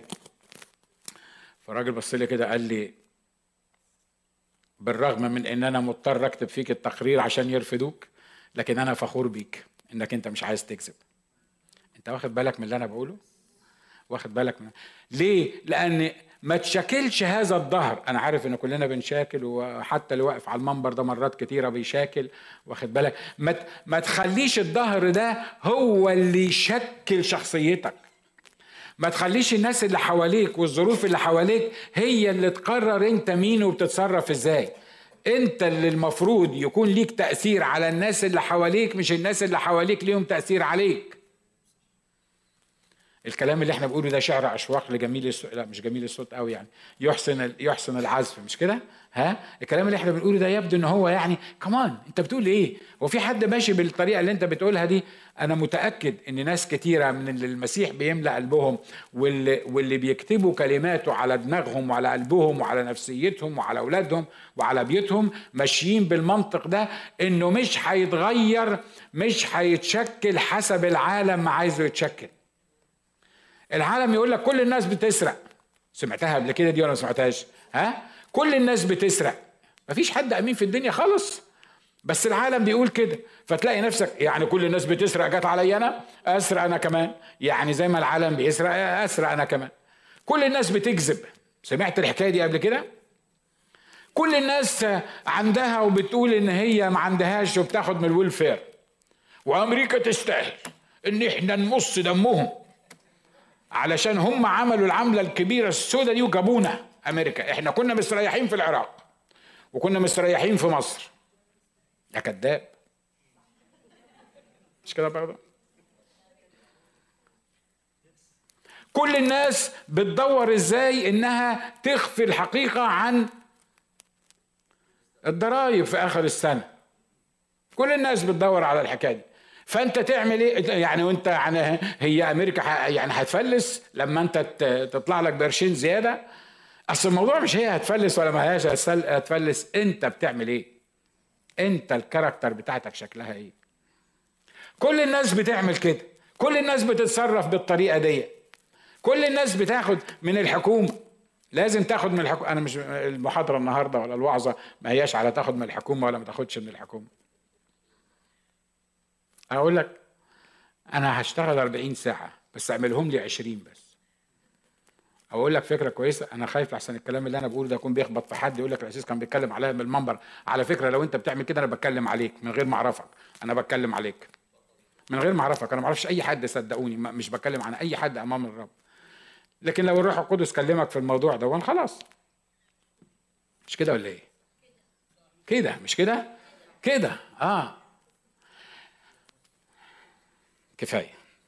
فالراجل بص لي كده قال لي بالرغم من ان انا مضطر اكتب فيك التقرير عشان يرفدوك، لكن انا فخور بيك انك انت مش عايز تكذب. انت واخد بالك من اللي انا بقوله؟ واخد بالك من ليه؟ لان ما تشكلش هذا الظهر. انا عارف ان كلنا بنشاكل، وحتى اللي واقف على المنبر ده مرات كتيره بيشاكل، واخد بالك؟ ما ما تخليش الظهر ده هو اللي يشكل شخصيتك. ما تخليش الناس اللي حواليك والظروف اللي حواليك هي اللي تقرر انت مين وبتتصرف ازاي. انت اللي المفروض يكون ليك تأثير على الناس اللي حواليك، مش الناس اللي حواليك ليهم تأثير عليك. الكلام اللي احنا بنقوله ده شعر اشواق لجميل الصوت، لا مش جميل الصوت قوي يعني، يحسن يحسن العزف، مش كده؟ ها الكلام اللي احنا بنقوله ده يبدو ان هو يعني كمان انت بتقول ايه؟ هو في حد ماشي بالطريقه اللي انت بتقولها دي؟ انا متاكد ان ناس كتيره من اللي المسيح بيملأ قلبهم واللي واللي بيكتبوا كلماته على دماغهم وعلى قلبهم وعلى نفسيتهم وعلى اولادهم وعلى بيوتهم ماشيين بالمنطق ده، انه مش هيتغير، مش هيتشكل حسب العالم ما عايزه يتشكل. العالم يقول لك كل الناس بتسرق، سمعتها قبل كده دي ولا ما سمعتهاش؟ ها كل الناس بتسرق، مفيش حد امين في الدنيا خالص، بس العالم بيقول كده. فتلاقي نفسك يعني كل الناس بتسرق، جت عليا انا اسرق انا كمان، يعني زي ما العالم بيسرق اسرق انا كمان. كل الناس بتكذب، سمعت الحكايه دي قبل كده؟ كل الناس عندها وبتقول ان هي ما عندهاش وبتاخد من الويلفير، وامريكا تستاهل ان احنا نمص دمهم علشان هم عملوا العملة الكبيرة السوداء دي وجابونا أمريكا. إحنا كنا مستريحين في العراق وكنا مستريحين في مصر. يا كذاب، مش كده برضه؟ كل الناس بتدور إزاي إنها تخفي الحقيقة عن الضرائب في آخر السنة. كل الناس بتدور على الحكاية دي. فانت تعمل ايه يعني؟ وانت يعني هي امريكا يعني هتفلس لما انت تطلع لك قرشين زياده؟ اصل الموضوع مش هي هتفلس ولا ما هياش هتفلس، انت بتعمل ايه؟ انت الكاركتر بتاعتك شكلها ايه؟ كل الناس بتعمل كده، كل الناس بتتصرف بالطريقه دي، كل الناس بتاخد من الحكومه لازم تاخد من الحكومه. انا مش المحاضره النهارده ولا الوعظه ما هياش على تاخد من الحكومه ولا ما تاخدش من الحكومه. اقول لك انا هشتغل أربعين ساعه بس اعملهم لي عشرين بس. اقول لك فكره كويسه، انا خايف احسن الكلام اللي انا بقوله ده يكون بيخبط في حد يقول لك الاسيس كان بيتكلم عليا من المنبر. على فكره لو انت بتعمل كده انا بتكلم عليك من غير ما اعرفك، انا بتكلم عليك من غير ما اعرفك. انا ما اعرفش اي حد صدقوني، مش بتكلم عن اي حد امام الرب. لكن لو الروح القدس كلمك في الموضوع ده خلاص. مش كده ولا ايه؟ كده مش كده؟ كده اه كفايه.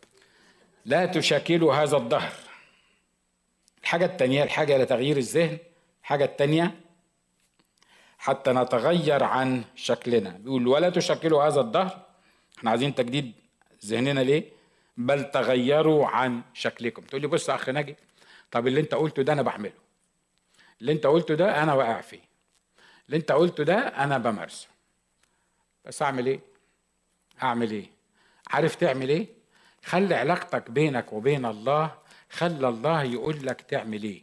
لا تشاكلوا هذا الدهر. الحاجه الثانيه، الحاجه لتغيير الذهن، الحاجه الثانيه حتى نتغير عن شكلنا. بيقول ولا تشاكلوا هذا الدهر. احنا عايزين تجديد ذهننا ليه؟ بل تغيروا عن شكلكم. تقول لي بص يا اخ ناجي، طب اللي انت قلته ده انا بعمله، اللي انت قلته ده انا واقع فيه، اللي انت قلته ده انا بمارسه، بس اعمل ايه؟ اعمل ايه؟ عارف تعمل ايه؟ خلي علاقتك بينك وبين الله، خلي الله يقول لك تعمل ايه،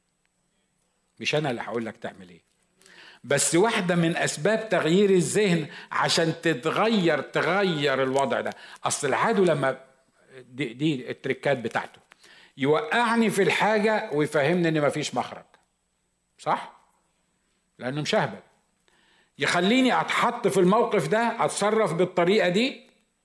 مش انا اللي هقول لك تعمل ايه. بس واحدة من اسباب تغيير الذهن عشان تتغير تغير الوضع ده. اصل العدو لما دي, دي التركات بتاعته يوقعني في الحاجة ويفهمني ان مفيش مخرج، صح؟ لانه مشهبل. يخليني اتحط في الموقف ده اتصرف بالطريقة دي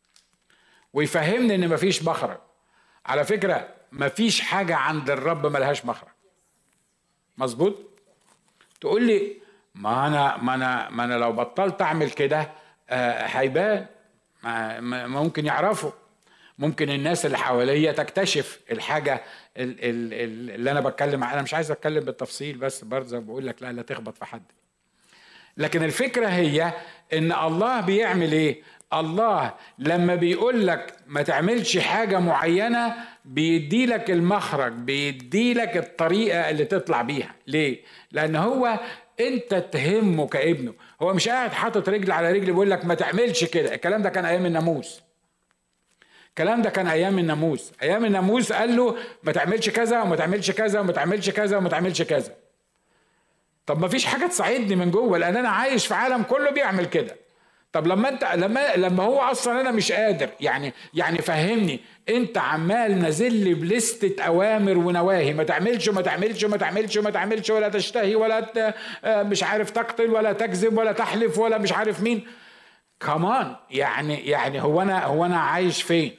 ويفهمني ان مفيش مخرج. على فكرة مفيش حاجة عند الرب ملهاش مخرج، مظبوط؟ تقول لي ما انا ما انا ما انا لو بطلت اعمل كده هيبان، آه ممكن يعرفوا، ممكن الناس اللي حواليا تكتشف الحاجه اللي انا بتكلم عنها. انا مش عايز اتكلم بالتفصيل بس برضه بقول لك لا لا تخبط في حد. لكن الفكره هي ان الله بيعمل ايه؟ الله لما بيقول لك ما تعملش حاجه معينه بيدي لك المخرج، بيدي لك الطريقه اللي تطلع بيها. ليه؟ لان هو انت تهمه كابنه. هو مش قاعد حاطط رجل على رجل بيقول لك ما تعملش كده. الكلام ده كان ايام الناموس، الكلام ده كان ايام الناموس. ايام الناموس قال له ما تعملش كذا وما تعملش كذا وما تعملش كذا وما تعملش كذا. طب ما فيش حاجه تساعدني من جوه لان انا عايش في عالم كله بيعمل كده. طب لما انت لما لما هو اصلا انا مش قادر، يعني يعني فهمني، انت عمال نازل لي بلستة اوامر ونواهي، ما تعملش وما تعملش وما تعملش وما تعملش ولا تشتهي ولا مش عارف تقتل ولا تكذب ولا تحلف ولا مش عارف مين. كمان يعني يعني هو انا هو انا عايش فين؟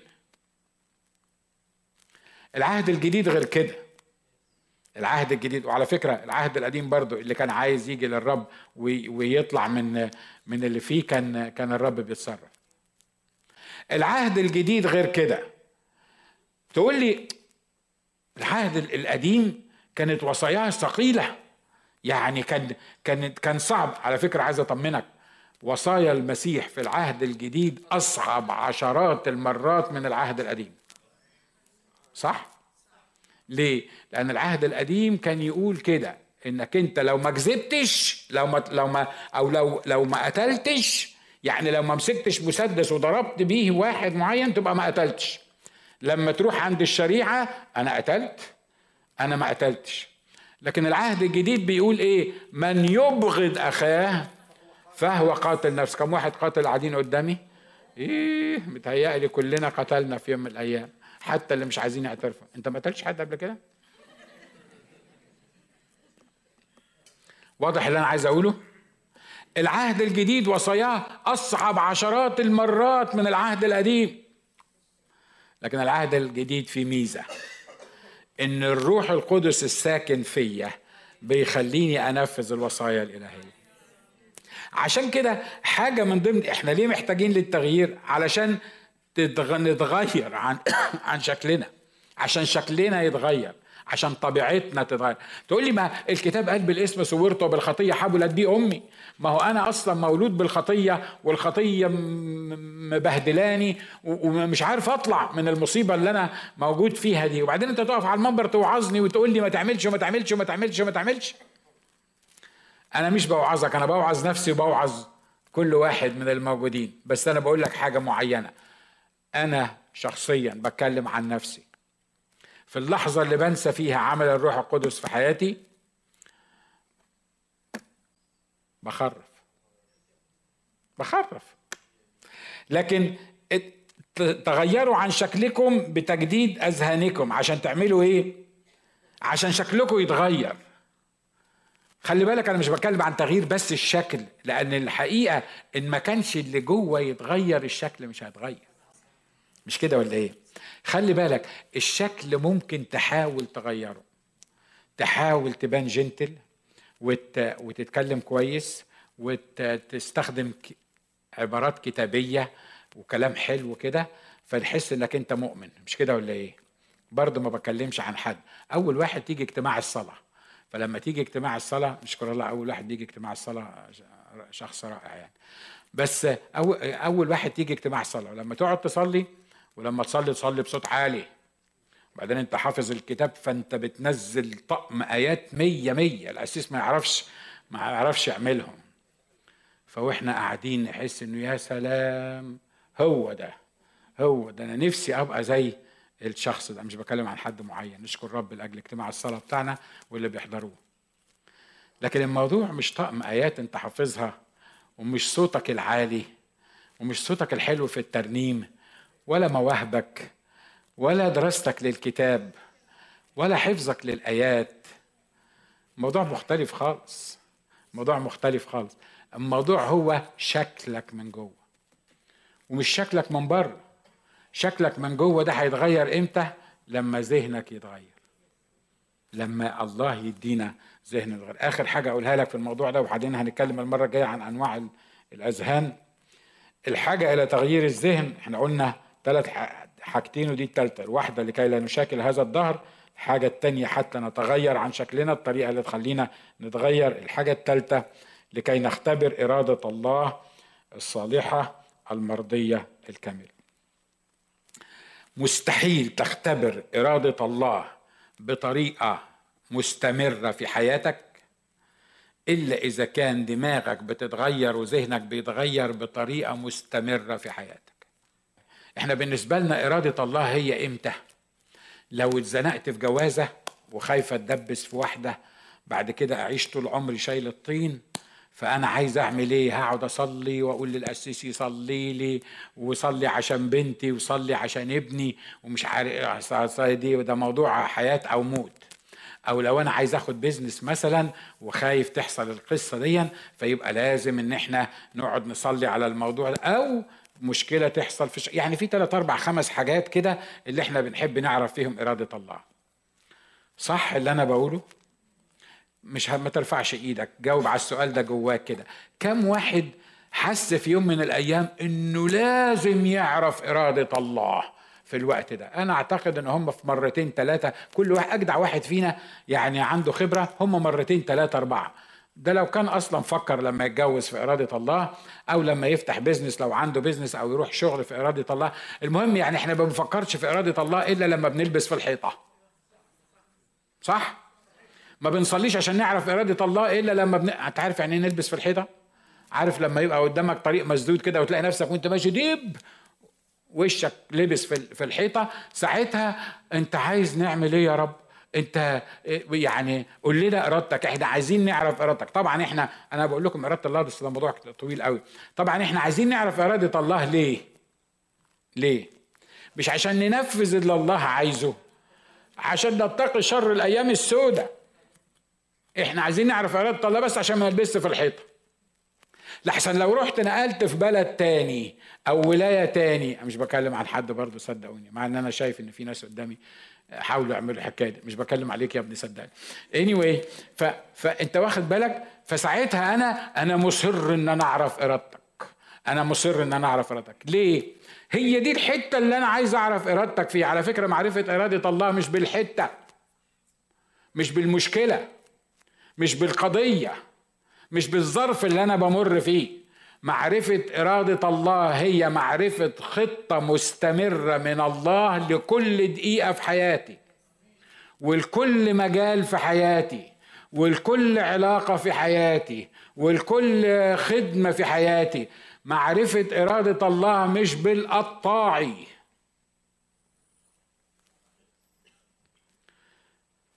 العهد الجديد غير كده. العهد الجديد، وعلى فكرة العهد القديم برضو اللي كان عايز يجي للرب ويطلع من من اللي فيه كان كان الرب بيتصرف. العهد الجديد غير كده. تقول لي العهد القديم كانت وصاياه ثقيلة، يعني كان كان كان صعب. على فكرة عايز اطمنك، وصايا المسيح في العهد الجديد اصعب عشرات المرات من العهد القديم. صح؟ ليه؟ لأن العهد القديم كان يقول كده إنك أنت لو ما كذبتش، لو ما لو ما أو لو لو ما قتلتش، يعني لو ما مسكتش مسدس وضربت بيه واحد معين تبقى ما قتلتش. لما تروح عند الشريعة أنا قتلت، أنا ما قتلتش. لكن العهد الجديد بيقول إيه؟ من يبغض أخاه فهو قاتل نفس. كم واحد قاتل قاعدين قدامي؟ إيه متهيألي كلنا قتلنا في يوم من الأيام، حتى اللي مش عايزين يعترفوا. انت ما قتلتش حد قبل كده؟ واضح اللي انا عايز اقوله؟ العهد الجديد وصاياه اصعب عشرات المرات من العهد القديم. لكن العهد الجديد فيه ميزه، ان الروح القدس الساكن فيا بيخليني انفذ الوصايا الالهيه. عشان كده حاجه من ضمن احنا ليه محتاجين للتغيير، علشان نتغير عن عن شكلنا، عشان شكلنا يتغير، عشان طبيعتنا تتغير. تقول لي ما الكتاب قال بالاسم صورته وبالخطيه حبلت بيه امي. ما هو انا اصلا مولود بالخطيه والخطيه مبهدلاني ومش عارف اطلع من المصيبه اللي انا موجود فيها دي. وبعدين انت تقف على المنبر توعظني وتقول لي ما تعملش وما تعملش وما تعملش وما تعملش. انا مش بوعظك، انا بوعظ نفسي وبوعظ كل واحد من الموجودين. بس انا بقول لك حاجه معينه، أنا شخصيا بتكلم عن نفسي. في اللحظة اللي بنسى فيها عمل الروح القدس في حياتي بخرف بخرف لكن تغيروا عن شكلكم بتجديد أذهانكم. عشان تعملوا إيه؟ عشان شكلكم يتغير. خلي بالك أنا مش بتكلم عن تغيير بس الشكل، لأن الحقيقة إن ما كانش اللي جوه يتغير الشكل مش هيتغير. مش كده ولا إيه؟ خلي بالك الشكل ممكن تحاول تغيره، تحاول تبان جنتل وت... وتتكلم كويس وتستخدم عبارات كتابية وكلام حلو كده فنحس انك انت مؤمن. مش كده ولا ايه؟ برضه ما بكلمش عن حد. اول واحد تيجي اجتماع الصلاة، فلما تيجي اجتماع الصلاة نشكر الله اول واحد بيجي اجتماع الصلاة شخص رائع يعني. بس أول, اول واحد تيجي اجتماع الصلاة ولما تقعد تصلي، ولما تصلي تصلي بصوت عالي، وبعدين انت حافظ الكتاب فانت بتنزل طقم ايات مية مية القسيس ما يعرفش ما يعرفش يعملهم. فواحنا قاعدين نحس انه يا سلام هو ده هو ده انا نفسي ابقى زي الشخص ده. مش بكلم عن حد معين، نشكر رب لاجل اجتماع الصلاه بتاعنا واللي بيحضروه. لكن الموضوع مش طقم ايات انت حافظها، ومش صوتك العالي، ومش صوتك الحلو في الترنيم، ولا مواهبك، ولا دراستك للكتاب، ولا حفظك للايات. موضوع مختلف خالص، موضوع مختلف خالص. الموضوع هو شكلك من جوه، ومش شكلك من بره. شكلك من جوه ده هيتغير امتى؟ لما ذهنك يتغير، لما الله يدينا ذهن يتغير. اخر حاجه اقولها لك في الموضوع ده، وبعدين هنتكلم المره الجايه عن انواع الاذهان. الحاجه الى تغيير الذهن احنا قلنا ثلاث حاجتين ودي الثالثه. الواحده لكي لا نشاكل هذا الدهر، الحاجه الثانيه حتى نتغير عن شكلنا الطريقه اللي تخلينا نتغير، الحاجه الثالثه لكي نختبر اراده الله الصالحه المرضيه الكامله. مستحيل تختبر إرادة الله بطريقة مستمرة في حياتك إلا إذا كان دماغك بتتغير وذهنك بيتغير بطريقة مستمرة في حياتك. إحنا بالنسبة لنا إرادة الله هي إمتى؟ لو اتزنقت في جوازة وخايفة تدبس في واحدة بعد كده أعيش طول عمري شايل الطين، فأنا عايز أعمل إيه؟ هقعد أصلي وأقول للقسيس يصلي لي، وصلي عشان بنتي وصلي عشان ابني، ومش عارف دي ده موضوع حياة أو موت. أو لو أنا عايز أخد بيزنس مثلا وخايف تحصل القصة دي، فيبقى لازم إن إحنا نقعد نصلي على الموضوع ده. أو مشكلة تحصل في ش... يعني في ثلاث أربع خمس حاجات كده اللي إحنا بنحب نعرف فيهم إرادة الله. صح اللي أنا بقوله؟ مش ما ترفعش ايدك، جاوب على السؤال ده جواك كده. كم واحد حس في يوم من الايام انه لازم يعرف ارادة الله في الوقت ده؟ انا اعتقد ان هم في مرتين ثلاثة، كل واحد اجدع واحد فينا يعني عنده خبرة، هم مرتين ثلاثة اربعة. ده لو كان اصلا فكر لما يتجوز في ارادة الله، او لما يفتح بيزنس لو عنده بيزنس، او يروح شغل في ارادة الله. المهم يعني احنا ما بنفكرش في ارادة الله الا لما بنلبس في الحيطة. صح؟ ما بنصليش عشان نعرف إرادة الله إلا لما بن... أنت عارف يعني نلبس في الحيطة؟ عارف لما يبقى قدامك طريق مسدود كده وتلاقي نفسك وانت ماشي ديب وشك لبس في في الحيطة، ساعتها أنت عايز نعمل إيه يا رب؟ أنت يعني قول لنا إرادتك، إحنا عايزين نعرف إرادتك. طبعا إحنا أنا بقول لكم إرادة الله بس ده موضوع طويل قوي. طبعا إحنا عايزين نعرف إرادة الله ليه؟ ليه؟ مش عشان ننفذ اللي الله عايزه، عشان نتقي شر الأيام السوداء. احنا عايزين نعرف إرادة الله بس عشان ما نلبسش في الحيطة. لحسن لو رحت نقلت في بلد تاني او ولاية تاني، مش بكلم عن حد برضو صدقوني، مع ان انا شايف ان في ناس قدامي حاولوا يعملوا الحكاية دي، مش بكلم عليك يا ابني صدقني. anyway ف... فانت واخد بالك، فساعتها انا انا مصر ان انا اعرف إرادتك، انا مصر ان انا اعرف إرادتك. ليه؟ هي دي الحتة اللي انا عايز اعرف إرادتك فيها. على فكرة معرفة إرادة الله مش بالحتة، مش بالمشكلة، مش بالقضية، مش بالظرف اللي أنا بمر فيه. معرفة إرادة الله هي معرفة خطة مستمرة من الله لكل دقيقة في حياتي، والكل مجال في حياتي، والكل علاقة في حياتي، والكل خدمة في حياتي. معرفة إرادة الله مش بالقطاعي.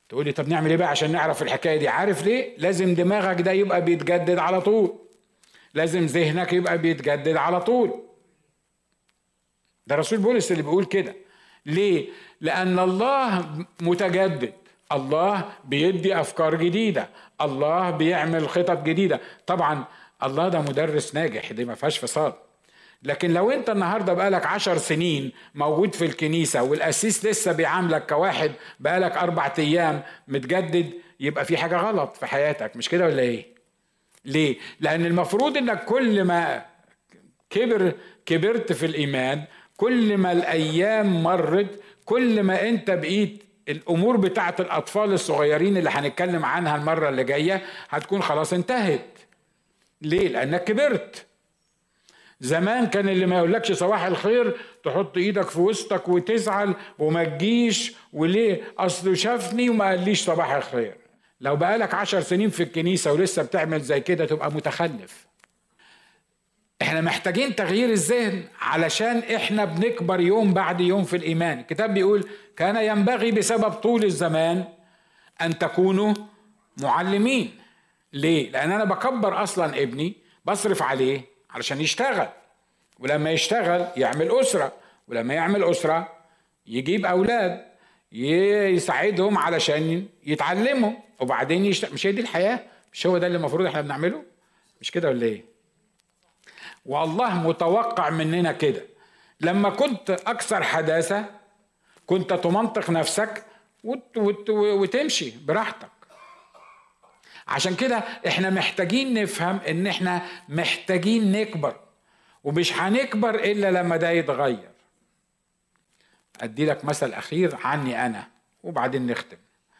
تقول لي طب نعمل ايه بقى عشان نعرف الحكايه دي؟ عارف ليه؟ لازم دماغك ده يبقى بيتجدد على طول، لازم ذهنك يبقى بيتجدد على طول. ده رسول بولس اللي بيقول كده. ليه؟ لأن الله متجدد، الله بيدي أفكار جديدة، الله بيعمل خطط جديدة. طبعا الله ده مدرس ناجح، دي ما فيهاش فصال. لكن لو انت النهارده بقالك عشر سنين موجود في الكنيسة والقسيس لسه بيعاملك كواحد بقالك أربع أيام متجدد، يبقى في حاجة غلط في حياتك، مش كده ولا ايه؟ ليه؟ لأن المفروض انك كل ما كبر كبرت في الإيمان، كل ما الأيام مرت، كل ما أنت بقيت الأمور بتاعت الأطفال الصغيرين اللي هنتكلم عنها المرة اللي جاية هتكون خلاص انتهت. ليه؟ لأنك كبرت. زمان كان اللي ما يقولكش صباح الخير تحط ايدك في وسطك وتزعل وما تجيش، وليه؟ أصله شافني وما قاليش صباح الخير. لو بقالك عشر سنين في الكنيسة ولسه بتعمل زي كده تبقى متخلف. احنا محتاجين تغيير الذهن علشان احنا بنكبر يوم بعد يوم في الايمان. الكتاب بيقول كان ينبغي بسبب طول الزمان ان تكونوا معلمين. ليه؟ لان انا بكبر اصلا ابني، بصرف عليه علشان يشتغل، ولما يشتغل يعمل اسرة، ولما يعمل اسرة يجيب اولاد يساعدهم علشان يتعلموا وبعدين يشتغل. مش هي دي الحياة؟ مش هو ده اللي المفروض احنا بنعمله؟ مش كده ولا ايه؟ والله متوقع مننا كده. لما كنت أكثر حداثة كنت تمنطق نفسك وت وت وتمشي براحتك. عشان كده احنا محتاجين نفهم ان احنا محتاجين نكبر، ومش هنكبر إلا لما ده يتغير. أدي لك مثل أخير عني أنا وبعدين نختم.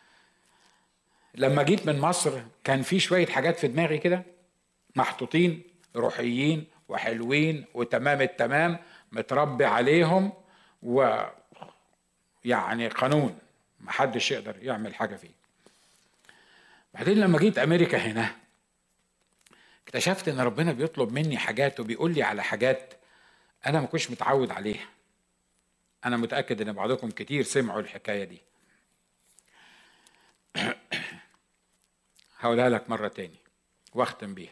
لما جيت من مصر كان في شوية حاجات في دماغي كده محطوطين، روحيين وحلوين وتمام التمام، متربي عليهم، ويعني قانون محدش يقدر يعمل حاجة فيه. بعدين لما جيت أمريكا هنا اكتشفت ان ربنا بيطلب مني حاجات وبيقول لي على حاجات انا ما كنتش متعود عليها. انا متأكد ان بعضكم كتير سمعوا الحكاية دي. هقولها لك مرة تاني واختم بيها.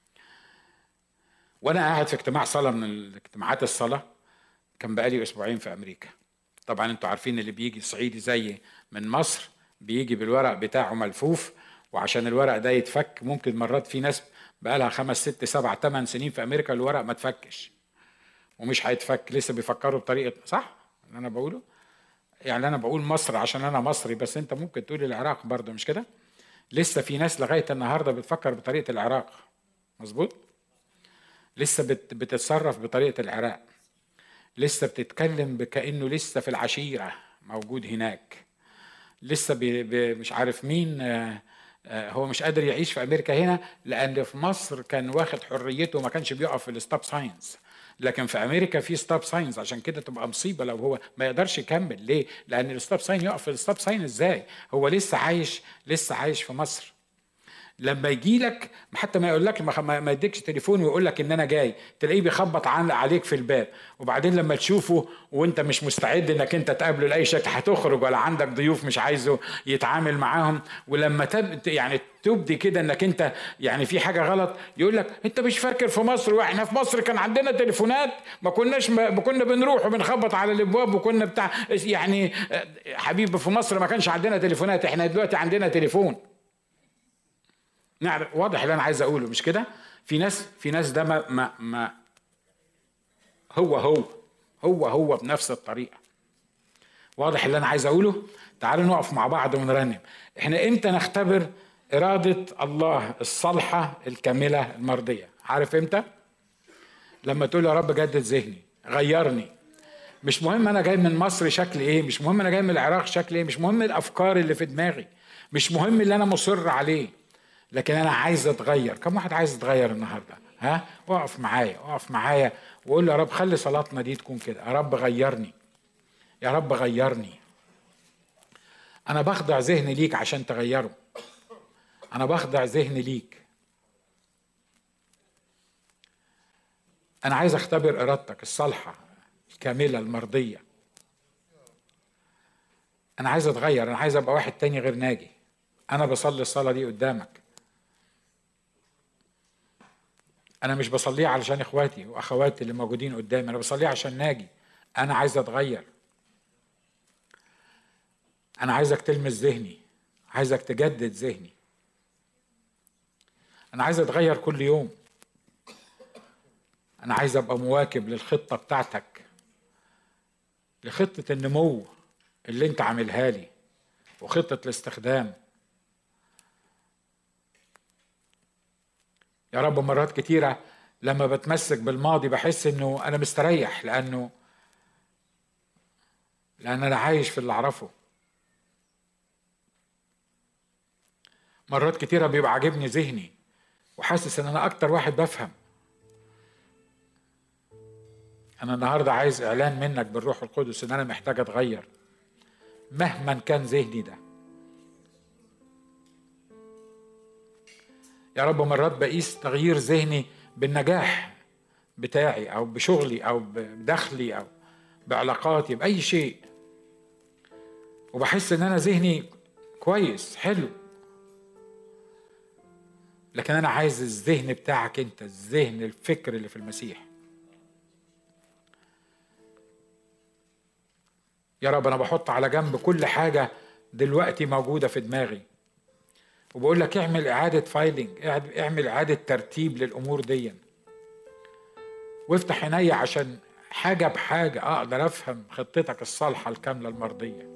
وانا قاعد في اجتماع صلاة من الاجتماعات الصلاة، كان بقالي اسبوعين في امريكا. طبعا انتوا عارفين اللي بيجي صعيدي زي من مصر بيجي بالورق بتاعه ملفوف، وعشان الورق ده يتفك ممكن مرات في ناس بقالها خمس ست سبع تمن سنين في امريكا الورق ما تفكش ومش هيتفك، لسه بيفكروا بطريقة. صح اللي انا بقوله؟ يعني انا بقول مصر عشان انا مصري، بس انت ممكن تقول العراق برضه، مش كده؟ لسه في ناس لغاية النهاردة بتفكر بطريقة العراق. مظبوط؟ لسه بت بتتصرف بطريقة العراق، لسه بتتكلم بكأنه لسه في العشيرة موجود هناك، لسه بي بي مش عارف مين. آه آه هو مش قادر يعيش في أمريكا هنا لأن في مصر كان واخد حريته وما كانش بيقف في الستوب ساينز، لكن في أمريكا في ستوب ساينز، عشان كده تبقى مصيبة لو هو ما يقدرش يكمل. ليه؟ لأن الستوب ساين يقف في الستوب ساين ازاي؟ هو لسه عايش لسه عايش في مصر. لما يجي لك حتى ما يقول لك ما يديكش تليفون ويقول لك ان انا جاي، تلاقيه بيخبط عليك في الباب، وبعدين لما تشوفه وانت مش مستعد انك انت تقابله لاي شكل، هتخرج ولا عندك ضيوف مش عايزه يتعامل معاهم، ولما تب يعني تبدي كده انك انت يعني في حاجه غلط، يقول لك انت مش فاكر في مصر؟ واحنا في مصر كان عندنا تليفونات، ما كناش ما كنا بنروح وبنخبط على الابواب وكنا بتاع يعني. حبيبي في مصر ما كانش عندنا تليفونات، احنا دلوقتي عندنا تليفون. نعرف واضح اللي انا عايز اقوله، مش كده؟ في ناس في ناس ده ما ما, ما هو هو هو هو بنفس الطريقه. واضح اللي انا عايز اقوله؟ تعالوا نقف مع بعض ونرنم. احنا امتى نختبر اراده الله الصالحه الكامله المرضيه؟ عارف امتى؟ لما تقول يا رب جدد ذهني، غيرني. مش مهم انا جاي من مصر شكل ايه، مش مهم انا جاي من العراق شكل ايه، مش مهم الافكار اللي في دماغي، مش مهم اللي انا مصر عليه، لكن انا عايز اتغير. كم واحد عايز يتغير النهارده؟ ها؟ اقف معايا اقف معايا وقول له يا رب خلي صلاتنا دي تكون كده. يا رب غيرني، يا رب غيرني. انا بخضع ذهني ليك عشان تغيره، انا بخضع ذهني ليك. انا عايز اختبر ارادتك الصالحه الكامله المرضيه. انا عايز اتغير، انا عايز ابقى واحد تاني غير ناجي. انا بصلي الصلاة دي قدامك، انا مش بصليها علشان اخواتي واخواتي اللي موجودين قدامي، انا بصليها عشان ناجي. انا عايز اتغير، انا عايزك تلمس ذهني، عايزك تجدد ذهني، انا عايز اتغير كل يوم. انا عايز ابقى مواكب للخطة بتاعتك، لخطة النمو اللي انت عاملها لي وخطة الاستخدام. يا رب مرات كتيرة لما بتمسك بالماضي بحس انه انا مستريح، لانه لان انا عايش في اللي اعرفه. مرات كتيرة بيبقى عاجبني ذهني وحاسس ان انا اكتر واحد بفهم. انا النهاردة عايز اعلان منك بالروح القدس ان انا محتاج اتغير مهما كان ذهني ده. يا رب مرات بقيس تغيير ذهني بالنجاح بتاعي او بشغلي او بدخلي او بعلاقاتي باي شيء، وبحس ان انا ذهني كويس حلو، لكن انا عايز الذهن بتاعك انت، الذهن الفكر اللي في المسيح. يا رب انا بحط على جنب كل حاجة دلوقتي موجودة في دماغي، وبقول لك اعمل اعادة فايلنج، اعمل اعادة ترتيب للامور دي، وافتح عيني عشان حاجة بحاجة اقدر افهم خطتك الصالحة الكاملة المرضية.